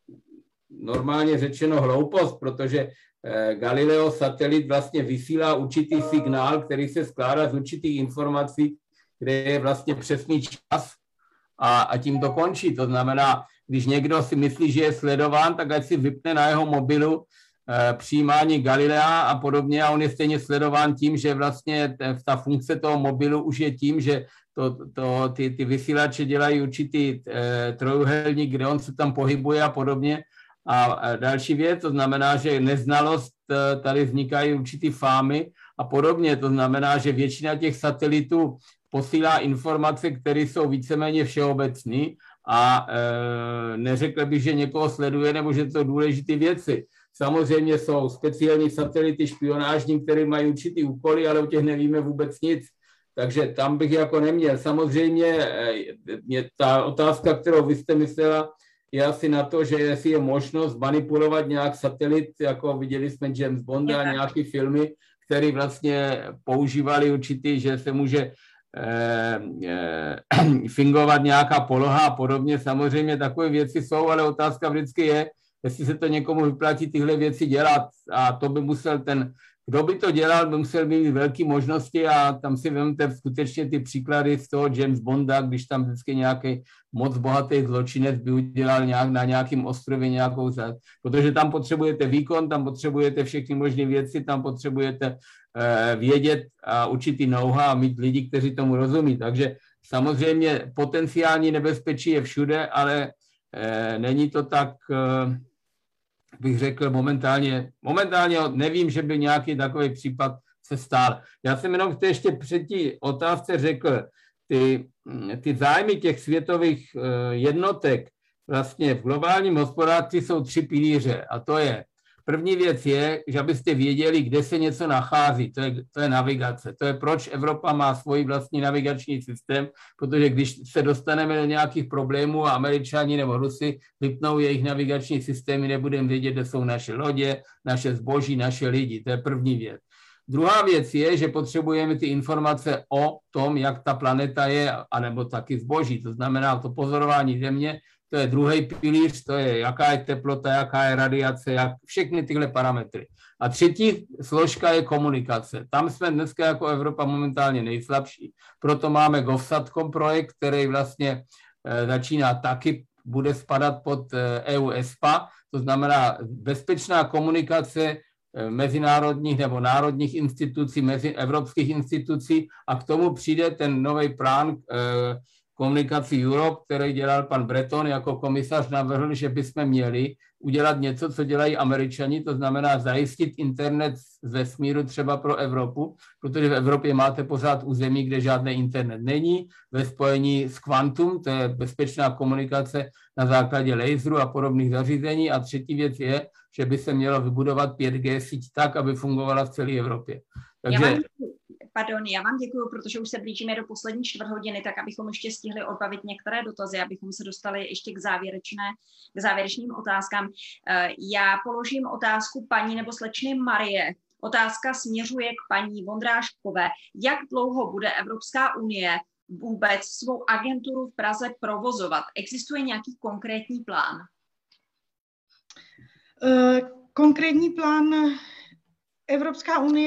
normálně řečeno hloupost, protože e, Galileo satelit vlastně vysílá určitý signál, který se skládá z určitých informací, kde je vlastně přesný čas a, a tím to končí. To znamená, když někdo si myslí, že je sledován, tak ať si vypne na jeho mobilu přijímání Galilea a podobně a on je stejně sledován tím, že vlastně ta funkce toho mobilu už je tím, že to, to, ty, ty vysílače dělají určitý eh, trojuhelník, kde on se tam pohybuje a podobně. A, a další věc, to znamená, že neznalost, eh, tady vznikají určitý fámy a podobně. To znamená, že většina těch satelitů posílá informace, které jsou víceméně všeobecné a eh, neřekl bych, že někoho sleduje nebo že to jsou důležité věci. Samozřejmě jsou speciální satelity špionážní, které mají určitý úkoly, ale o těch nevíme vůbec nic. Takže tam bych jako neměl. Samozřejmě je ta otázka, kterou vy jste myslela, je asi na to, že jestli je možnost manipulovat nějak satelit, jako viděli jsme James Bonda a nějaké filmy, které vlastně používali určitý, že se může eh, eh, fingovat nějaká poloha a podobně. Samozřejmě takové věci jsou, ale otázka vždycky je, jestli se to někomu vyplatí tyhle věci dělat a to by musel ten, kdo by to dělal, by musel mít velké možnosti a tam si vemte skutečně ty příklady z toho James Bonda, když tam vždycky nějaký moc bohatý zločinec by udělal nějak, na nějakém ostrově nějakou zad. Protože tam potřebujete výkon, tam potřebujete všechny možné věci, tam potřebujete eh, vědět a určitý know-how a mít lidi, kteří tomu rozumí. Takže samozřejmě potenciální nebezpečí je všude, ale eh, není to tak... Eh, bych řekl momentálně, momentálně nevím, že by nějaký takový případ se stál. Já jsem jenom v té ještě třetí otázce řekl, ty, ty zájmy těch světových jednotek vlastně v globálním hospodářství jsou tři pilíře a to je, první věc je, že abyste věděli, kde se něco nachází, to je, to je navigace. To je proč Evropa má svůj vlastní navigační systém, protože když se dostaneme do nějakých problémů a Američani nebo Rusy vypnou jejich navigační systémy, nebudeme vědět, kde jsou naše lodě, naše zboží, naše lidi. To je první věc. Druhá věc je, že potřebujeme ty informace o tom, jak ta planeta je, anebo taky zboží. To znamená to pozorování Země, to je druhý pilíř, to je, jaká je teplota, jaká je radiace, jak, všechny tyhle parametry. A třetí složka je komunikace. Tam jsme dneska jako Evropa momentálně nejslabší. Proto máme GovSatcom projekt, který vlastně e, začíná taky, bude spadat pod e, E U ESPA, to znamená bezpečná komunikace e, mezinárodních nebo národních institucí, mezi evropských institucí a k tomu přijde ten nový plán e, komunikací Europe, který dělal pan Breton jako komisař, navrhl, že bychom měli udělat něco, co dělají Američani, to znamená zajistit internet z vesmíru třeba pro Evropu, protože v Evropě máte pořád území, kde žádný internet není, ve spojení s kvantum, to je bezpečná komunikace na základě laseru a podobných zařízení. A třetí věc je, že by se mělo vybudovat pět G síť tak, aby fungovala v celé Evropě. Takže... Pardon, já vám děkuji, protože už se blížíme do poslední čtvrt hodiny, tak abychom ještě stihli odbavit některé dotazy, abychom se dostali ještě k, závěrečné, k závěrečným otázkám. Já položím otázku paní nebo slečny Marie. Otázka směřuje k paní Vondráškové. Jak dlouho bude Evropská unie vůbec svou agenturu v Praze provozovat? Existuje nějaký konkrétní plán? Konkrétní plán Evropská unie,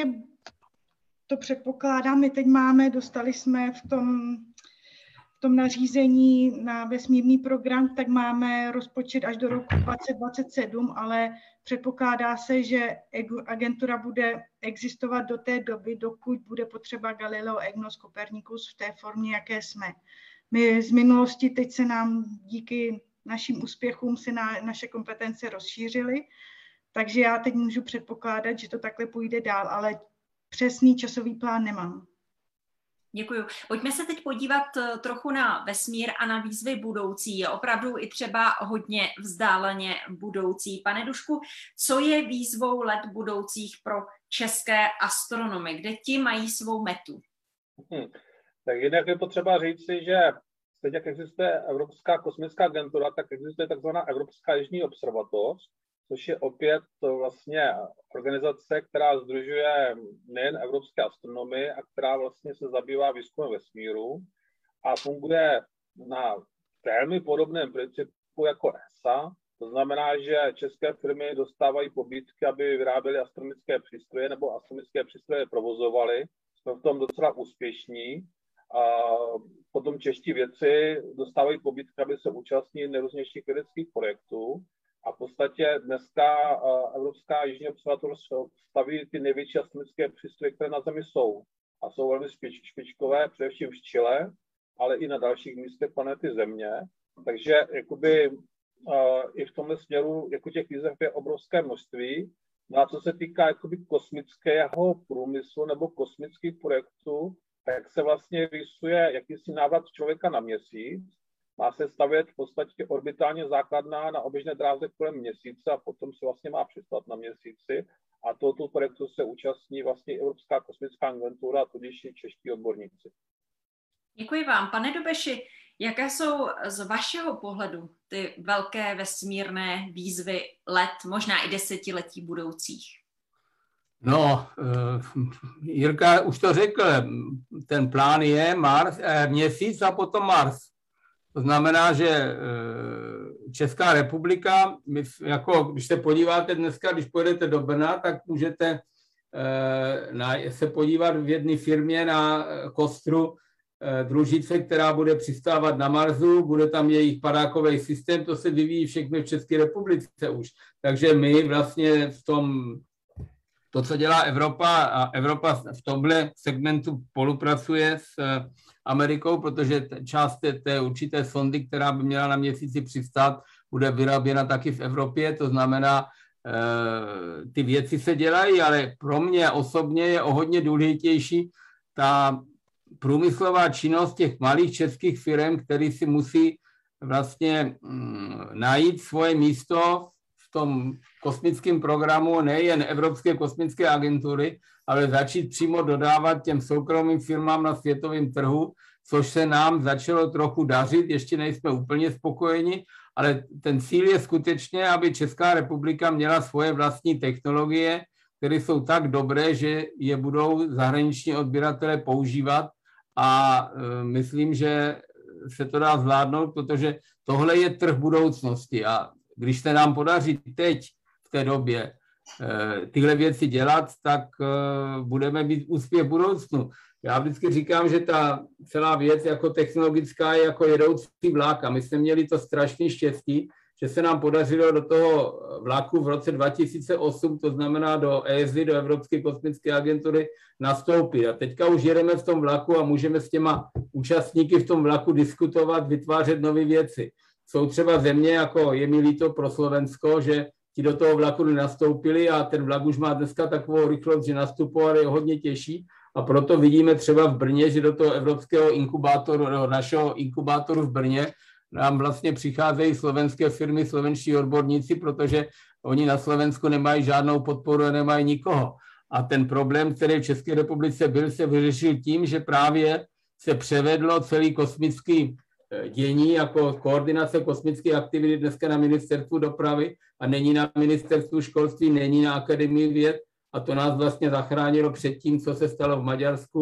to předpokládám, my teď máme, dostali jsme v tom, v tom nařízení na vesmírný program, tak máme rozpočet až do roku dvacet dvacet sedm, ale předpokládá se, že agentura bude existovat do té doby, dokud bude potřeba Galileo, EGNOS, Copernicus v té formě, jaké jsme. My z minulosti teď se nám díky našim úspěchům se na, naše kompetence rozšířily, takže já teď můžu předpokládat, že to takhle půjde dál, ale přesný časový plán nemám. Děkuji. Pojďme se teď podívat trochu na vesmír a na výzvy budoucí, opravdu i třeba hodně vzdáleně budoucí. Pane Dušku, co je výzvou let budoucích pro české astronomy? Kde ti mají svou metu? Hmm. Tak jinak je potřeba říci, že teď, jak existuje Evropská kosmická agentura, tak existuje takzvaná Evropská jižní observatoř, což je opět vlastně organizace, která sdružuje nejen evropské astronomy a která vlastně se zabývá výzkumem vesmíru a funguje na velmi podobném principu jako E S A. To znamená, že české firmy dostávají pobídky, aby vyráběly astronomické přístroje nebo astronomické přístroje provozovaly. Jsme v tom docela úspěšní. A potom čeští vědci dostávají pobídky, aby se účastnili nejrůznějších vědeckých projektů. A v podstatě dneska Evropská jižní observatoř staví ty největší astronomické přístroje, které na Zemi jsou. A jsou velmi špičkové, především v Chile, ale i na dalších místech planety Země. Takže jakoby, i v tomhle směru jako těch výzev je obrovské množství. No a co se týká jakoby kosmického průmyslu nebo kosmických projektů, tak se vlastně rýsuje jakýsi návrat člověka na Měsíc. Má se stavět v podstatě orbitálně základna na oběžné dráze kolem Měsíce a potom se vlastně má přistat na Měsíci. A tohoto projektu se účastní vlastně Evropská kosmická agentura, tudíž i čeští odborníci. Děkuji vám. Pane Dobeši, jaké jsou z vašeho pohledu ty velké vesmírné výzvy let, možná i desetiletí budoucích? No, Jirka už to řekl, ten plán je Mars, eh, Měsíc a potom Mars. To znamená, že Česká republika, my jako, když se podíváte dneska, když pojedete do Brna, tak můžete na, se podívat v jedné firmě na kostru družice, která bude přistávat na Marsu, bude tam jejich padákový systém, to se vyvíjí všechno v České republice už. Takže my vlastně v tom, to, co dělá Evropa, a Evropa v tomhle segmentu spolupracuje s Amerikou, protože část té, té určité sondy, která by měla na Měsíci přistát, bude vyráběna taky v Evropě, to znamená, e, ty věci se dělají, ale pro mě osobně je o hodně důležitější ta průmyslová činnost těch malých českých firm, který si musí vlastně mm, najít svoje místo v tom kosmickém programu nejen Evropské kosmické agentury, ale začít přímo dodávat těm soukromým firmám na světovém trhu, což se nám začalo trochu dařit, ještě nejsme úplně spokojeni, ale ten cíl je skutečně, aby Česká republika měla svoje vlastní technologie, které jsou tak dobré, že je budou zahraniční odběratele používat a e, myslím, že se to dá zvládnout, protože tohle je trh budoucnosti a když se nám podaří teď v té době tyhle věci dělat, tak budeme mít úspěch v budoucnu. Já vždycky říkám, že ta celá věc jako technologická je jako jedoucí vlak a my jsme měli to strašné štěstí, že se nám podařilo do toho vlaku v roce dva tisíce osm, to znamená do E S A, do Evropské kosmické agentury, nastoupit. A teďka už jedeme v tom vlaku a můžeme s těma účastníky v tom vlaku diskutovat, vytvářet nové věci. Jsou třeba země, jako je mi líto pro Slovensko, že ti do toho vlaku nenastoupili a ten vlak už má dneska takovou rychlost, že nastupovali je hodně těžší a proto vidíme třeba v Brně, že do toho evropského inkubátoru, do našeho inkubátoru v Brně nám vlastně přicházejí slovenské firmy, slovenští odborníci, protože oni na Slovensku nemají žádnou podporu a nemají nikoho. A ten problém, který v České republice byl, se vyřešil tím, že právě se převedlo celý kosmický dění jako koordinace kosmické aktivity dneska na ministerstvu dopravy a není na ministerstvu školství, není na Akademii věd a to nás vlastně zachránilo před tím, co se stalo v Maďarsku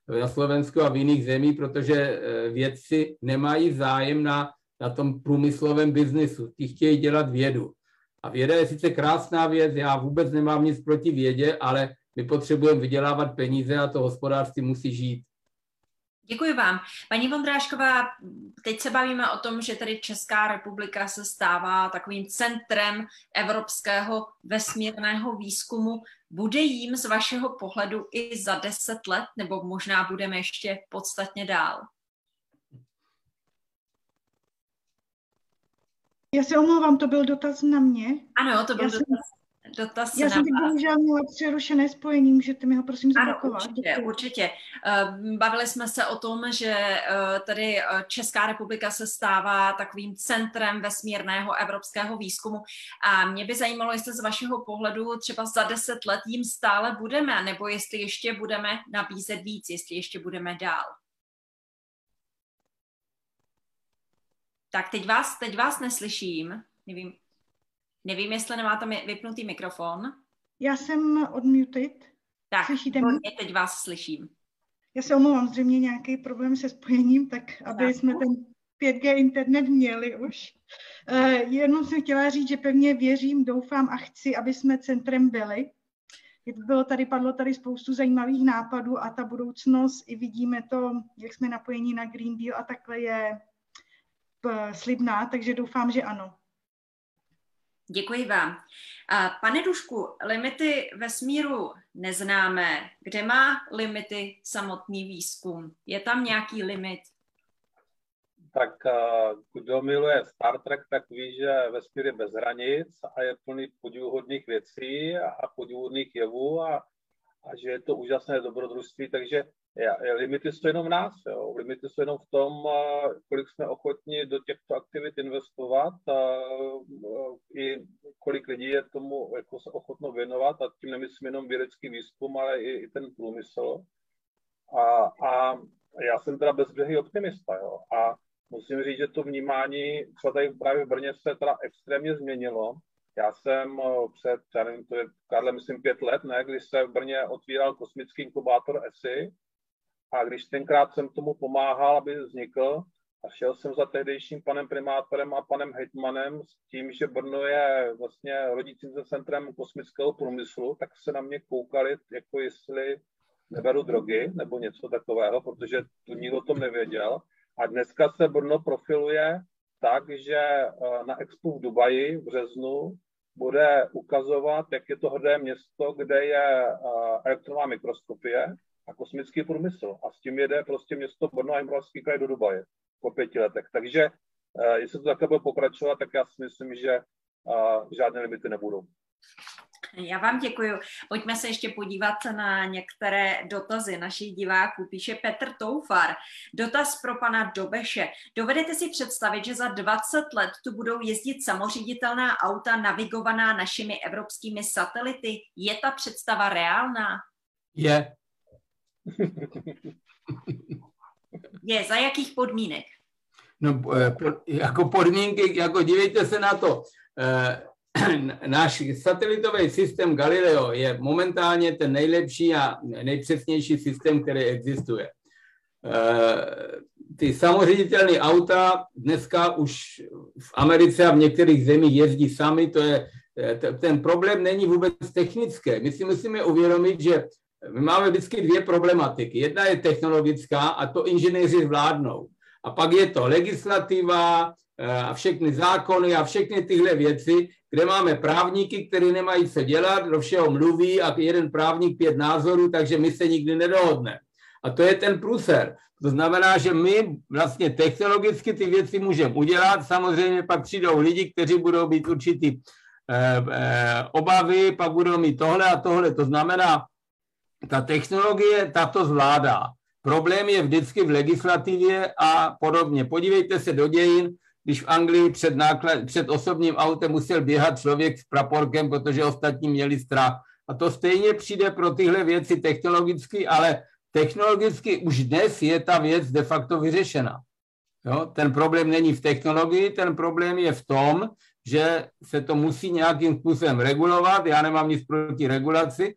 na Slovensku a v jiných zemích, protože vědci nemají zájem na, na tom průmyslovém biznisu. Ti chtějí dělat vědu. A věda je sice krásná věc, já vůbec nemám nic proti vědě, ale my potřebujeme vydělávat peníze a to hospodářství musí žít. Děkuji vám. Paní Vondrášková, teď se bavíme o tom, že tady Česká republika se stává takovým centrem evropského vesmírného výzkumu. Bude jím z vašeho pohledu i za deset let, nebo možná budeme ještě podstatně dál? Já se omlouvám, to byl dotaz na mě. Ano, to byl já dotaz. Jsem... Dotaz Já jsem teď bohužel měla přerušené spojení, můžete mi ho prosím zopakovat? Ano, určitě, určitě. Bavili jsme se o tom, že tady Česká republika se stává takovým centrem vesmírného evropského výzkumu a mě by zajímalo, jestli z vašeho pohledu třeba za deset let jim stále budeme, nebo jestli ještě budeme nabízet víc, jestli ještě budeme dál. Tak teď vás, teď vás neslyším, nevím. Nevím, jestli nemáte vypnutý mikrofon. Já jsem odmuted. Tak, slyšíte mě? Teď vás slyším. Já se omlouvám, zřejmě nějaký problém se spojením, tak aby tak. jsme ten pět G internet měli už. Uh, jenom jsem chtěla říct, že pevně věřím, doufám a chci, aby jsme centrem byli. Bylo tady, padlo tady spoustu zajímavých nápadů a ta budoucnost, i vidíme to, jak jsme napojeni na Green Deal a takhle je slibná, takže doufám, že ano. Děkuji vám. Pane Dušku, limity vesmíru neznáme. Kde má limity samotný výzkum? Je tam nějaký limit? Tak kdo miluje Star Trek, tak ví, že vesmír je bez hranic a je plný podivuhodných věcí a podivuhodných jevů a, a že je to úžasné dobrodružství, takže limity jsou jenom v nás, jo. Limity jsou jenom v tom, kolik jsme ochotni do těchto aktivit investovat a i kolik lidí je tomu jako se ochotno věnovat a tím nemyslím jenom vědecký výzkum, ale i, i ten průmysl. A, a já jsem teda bezbřehý optimista, jo. A musím říct, že to vnímání třeba tady právě v Brně se teda extrémně změnilo. Já jsem před, já nevím, to je, Karle, myslím, pět let, ne, když se v Brně otvíral kosmický inkubátor E S I, a když tenkrát jsem tomu pomáhal, aby vznikl, a šel jsem za tehdejším panem primátorem a panem hejtmanem s tím, že Brno je vlastně rodícím se centrem kosmického průmyslu, tak se na mě koukali, jako jestli neberu drogy nebo něco takového, protože tu nikdo o tom nevěděl. A dneska se Brno profiluje tak, že na Expo v Dubaji v březnu bude ukazovat, jak je to hrdé město, kde je elektronová mikroskopie a kosmický průmysl. A s tím jede prostě město Brno a Jihomoravský kraj do Dubaje po pěti letech. Takže jestli to takhle bude pokračovat, tak já si myslím, že žádné limity nebudou. Já vám děkuji. Pojďme se ještě podívat na některé dotazy našich diváků. Píše Petr Toufar. Dotaz pro pana Dobeše. Dovedete si představit, že za dvacet let tu budou jezdit samoředitelná auta navigovaná našimi evropskými satelity? Je ta představa reálná? Je. Je. Za jakých podmínek? No, jako podmínky, jako dívejte se na to. Náš satelitový systém Galileo je momentálně ten nejlepší a nejpřesnější systém, který existuje. Ty samoředitelné auta dneska už v Americe a v některých zemích jezdí sami, to je, ten problém není vůbec technický. My si musíme uvědomit, že my máme vždycky dvě problematiky. Jedna je technologická a to inženýři zvládnou. A pak je to legislativa a všechny zákony a všechny tyhle věci, kde máme právníky, kteří nemají co dělat, do všeho mluví a jeden právník pět názorů, takže my se nikdy nedohodneme. A to je ten průser. To znamená, že my vlastně technologicky ty věci můžeme udělat, samozřejmě pak přijdou lidi, kteří budou mít určitý eh, eh, obavy, pak budou mít tohle a tohle. To znamená, ta technologie tato zvládá. Problém je vždycky v legislativě a podobně. Podívejte se do dějin, když v Anglii před, náklad, před osobním autem musel běhat člověk s praporkem, protože ostatní měli strach. A to stejně přijde pro tyhle věci technologicky, ale technologicky už dnes je ta věc de facto vyřešena. Jo? Ten problém není v technologii, ten problém je v tom, že se to musí nějakým způsobem regulovat, já nemám nic proti regulaci,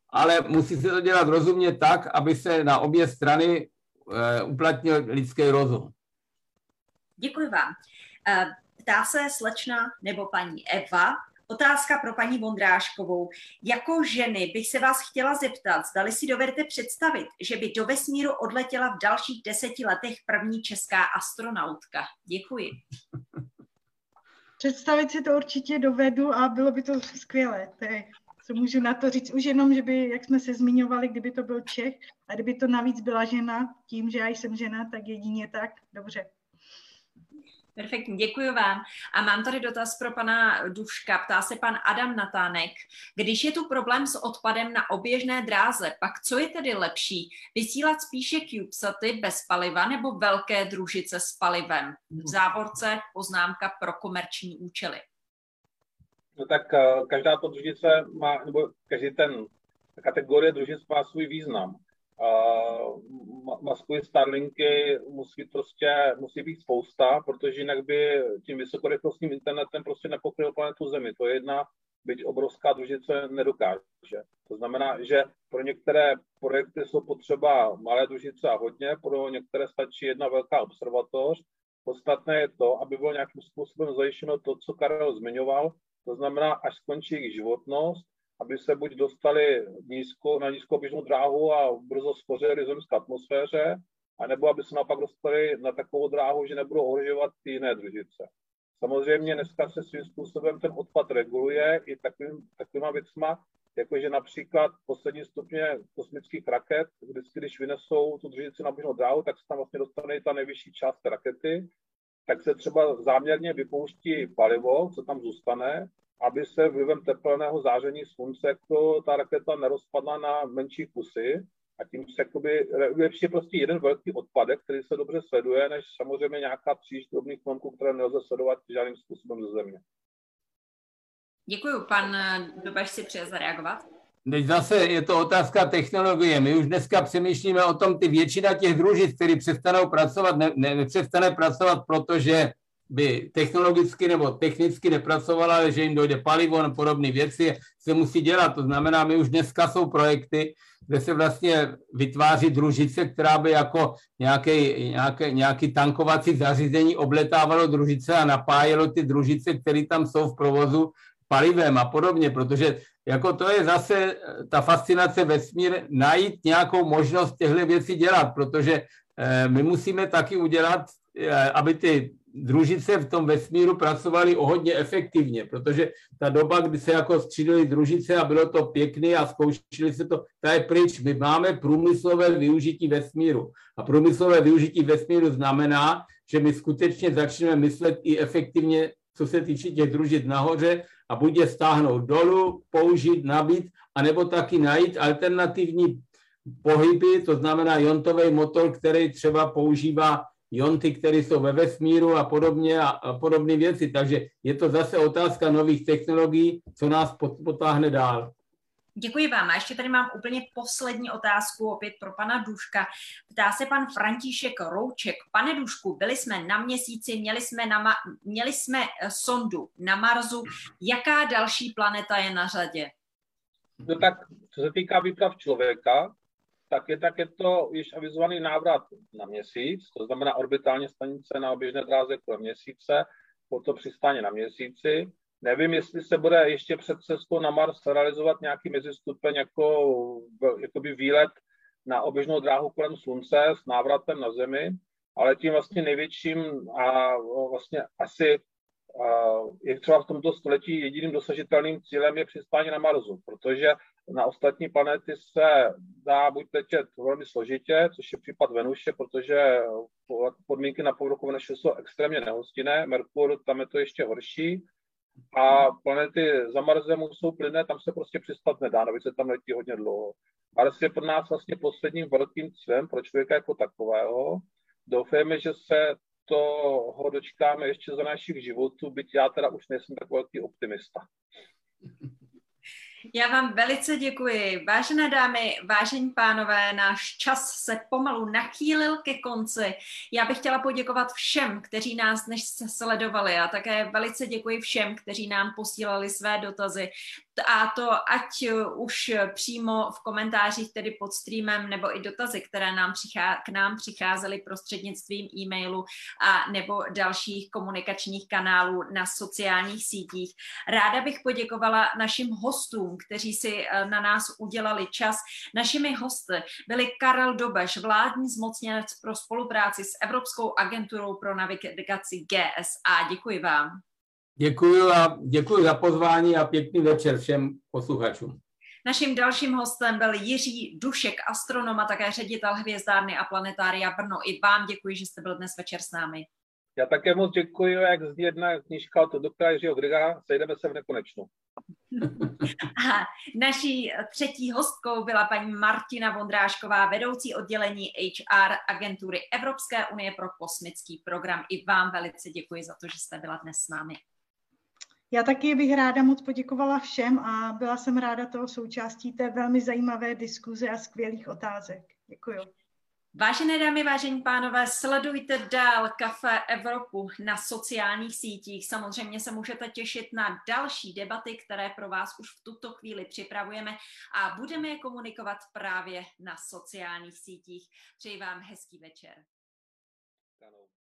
ale musí se to dělat rozumně tak, aby se na obě strany uplatnil lidský rozum. Děkuji vám. Ptá se slečna nebo paní Eva. Otázka pro paní Vondráškovou. Jako ženy bych se vás chtěla zeptat, zdali si dovedete představit, že by do vesmíru odletěla v dalších deseti letech první česká astronautka. Děkuji. Představit si to určitě dovedu a bylo by to skvělé. To je, co můžu na to říct. Už jenom, že by, jak jsme se zmiňovali, kdyby to byl Čech a kdyby to navíc byla žena, tím, že já jsem žena, tak jedině tak, dobře. Perfektní, děkuji vám. A mám tady dotaz pro pana Duška. Ptá se pan Adam Natánek. Když je tu problém s odpadem na oběžné dráze, pak co je tedy lepší? Vysílat spíše CubeSaty bez paliva nebo velké družice s palivem? V závorce poznámka pro komerční účely. No tak každá to družice má, nebo každý ten kategorie družic má svůj význam. Uh, maskují Starlinky musí prostě musí být spousta, protože jinak by tím vysokorychlostním internetem prostě nepokryl planetu Zemi. To je jedna, byť obrovská družice nedokáže. To znamená, že pro některé projekty jsou potřeba malé družice a hodně, pro některé stačí jedna velká observatoř. Podstatné je to, aby bylo nějakým způsobem zajištěno to, co Karel zmiňoval, to znamená, až skončí jejich životnost, aby se buď dostali nízko, na nízkooběžnou dráhu a brzo schořeli v zemské atmosféře, anebo aby se naopak dostali na takovou dráhu, že nebudou ohrožovat ty jiné družice. Samozřejmě dneska se svým způsobem ten odpad reguluje i takovým, takovýma věcma, jakože například poslední stupně kosmických raket, vždycky, když vynesou tu družici na běžnou dráhu, tak se tam vlastně dostane ta nejvyšší část rakety, tak se třeba záměrně vypouští palivo, co tam zůstane, aby se vlivem tepelného záření slunce jako ta raketa nerozpadla na menší kusy a tím se jakoby, lepší je prostě jeden velký odpadek, který se dobře sleduje, než samozřejmě nějaká příš drobných klomků, které nelze sledovat žádným způsobem ze země. Děkuju. Pan Dobeš si přeje zareagovat. Teď zase je to otázka technologie. My už dneska přemýšlíme o tom, ty většina těch družic, které přestanou pracovat, ne, ne, nepřestane pracovat, protože by technologicky nebo technicky nepracovala, ale že jim dojde palivo a podobné věci, se musí dělat. To znamená, my už dneska jsou projekty, kde se vlastně vytváří družice, která by jako nějaký, nějaké, nějaký tankovací zařízení obletávalo družice a napájelo ty družice, které tam jsou v provozu palivem a podobně, protože jako to je zase ta fascinace vesmír, najít nějakou možnost těchto věcí dělat, protože my musíme taky udělat, aby ty družice v tom vesmíru pracovaly o hodně efektivně, protože ta doba, kdy se jako střídily družice a bylo to pěkný a zkoušeli se to, ta je pryč. My máme průmyslové využití vesmíru. A průmyslové využití vesmíru znamená, že my skutečně začneme myslet i efektivně, co se týče těch družic nahoře a buď je stáhnout dolů, použít, nabít, anebo taky najít alternativní pohyby, to znamená jontový motor, který třeba používá jonty, které jsou ve vesmíru a podobně a, a podobné věci. Takže je to zase otázka nových technologií, co nás potáhne dál. Děkuji vám. A ještě tady mám úplně poslední otázku opět pro pana Duška. Ptá se pan František Rouček. Pane Dušku, byli jsme na Měsíci, měli jsme, na ma- měli jsme sondu na Marsu. Jaká další planeta je na řadě? No tak, co se týká výprav člověka, tak je, tak je to již avizovaný návrat na Měsíc, to znamená orbitální stanice na oběžné dráze kolem Měsíce, potom přistání na Měsíci. Nevím, jestli se bude ještě před cestou na Mars realizovat nějaký mezistupeň jako jakoby výlet na oběžnou dráhu kolem Slunce s návratem na Zemi, ale tím vlastně největším a vlastně asi je třeba v tomto století jediným dosažitelným cílem je přistání na Marsu, protože na ostatní planety se dá buď letět velmi složitě, což je případ Venuše, protože podmínky na povrchu Venuše jsou extrémně nehostinné, Merkur, tam je to ještě horší, a planety za Marsem jsou plynné, tam se prostě přistat nedá, navíc se tam letí hodně dlouho. Mars je pro nás vlastně posledním velkým cílem pro člověka jako takového. Doufejme, že se toho dočkáme ještě za našich životů, byť já teda už nejsem tak velký optimista. Já vám velice děkuji. Vážené dámy, vážení pánové, náš čas se pomalu nachýlil ke konci. Já bych chtěla poděkovat všem, kteří nás dnes sledovali a také velice děkuji všem, kteří nám posílali své dotazy. A to ať už přímo v komentářích, tedy pod streamem, nebo i dotazy, které nám přichá, k nám přicházely prostřednictvím e-mailu a nebo dalších komunikačních kanálů na sociálních sítích. Ráda bych poděkovala našim hostům, kteří si na nás udělali čas. Našimi hosty byli Karel Dobeš, vládní zmocněnec pro spolupráci s Evropskou agenturou pro navigaci G S A. Děkuji vám. Děkuji a děkuji za pozvání a pěkný večer všem posluchačům. Naším dalším hostem byl Jiří Dušek, astronom a také ředitel Hvězdárny a planetária Brno. I vám děkuji, že jste byl dnes večer s námi. Já také moc děkuji, jak zní jedna knížka od doktora Jiřího Grga, sejdeme se v nekonečnu. A naší třetí hostkou byla paní Martina Vondrášková, vedoucí oddělení H R agentury Evropské unie pro kosmický program. I vám velice děkuji za to, že jste byla dnes s námi. Já taky bych ráda moc poděkovala všem a byla jsem ráda toho součástí té velmi zajímavé diskuze a skvělých otázek. Děkuji. Vážené dámy, vážení pánové, sledujte dál Café Evropu na sociálních sítích. Samozřejmě se můžete těšit na další debaty, které pro vás už v tuto chvíli připravujeme a budeme je komunikovat právě na sociálních sítích. Přeji vám hezký večer. Ano.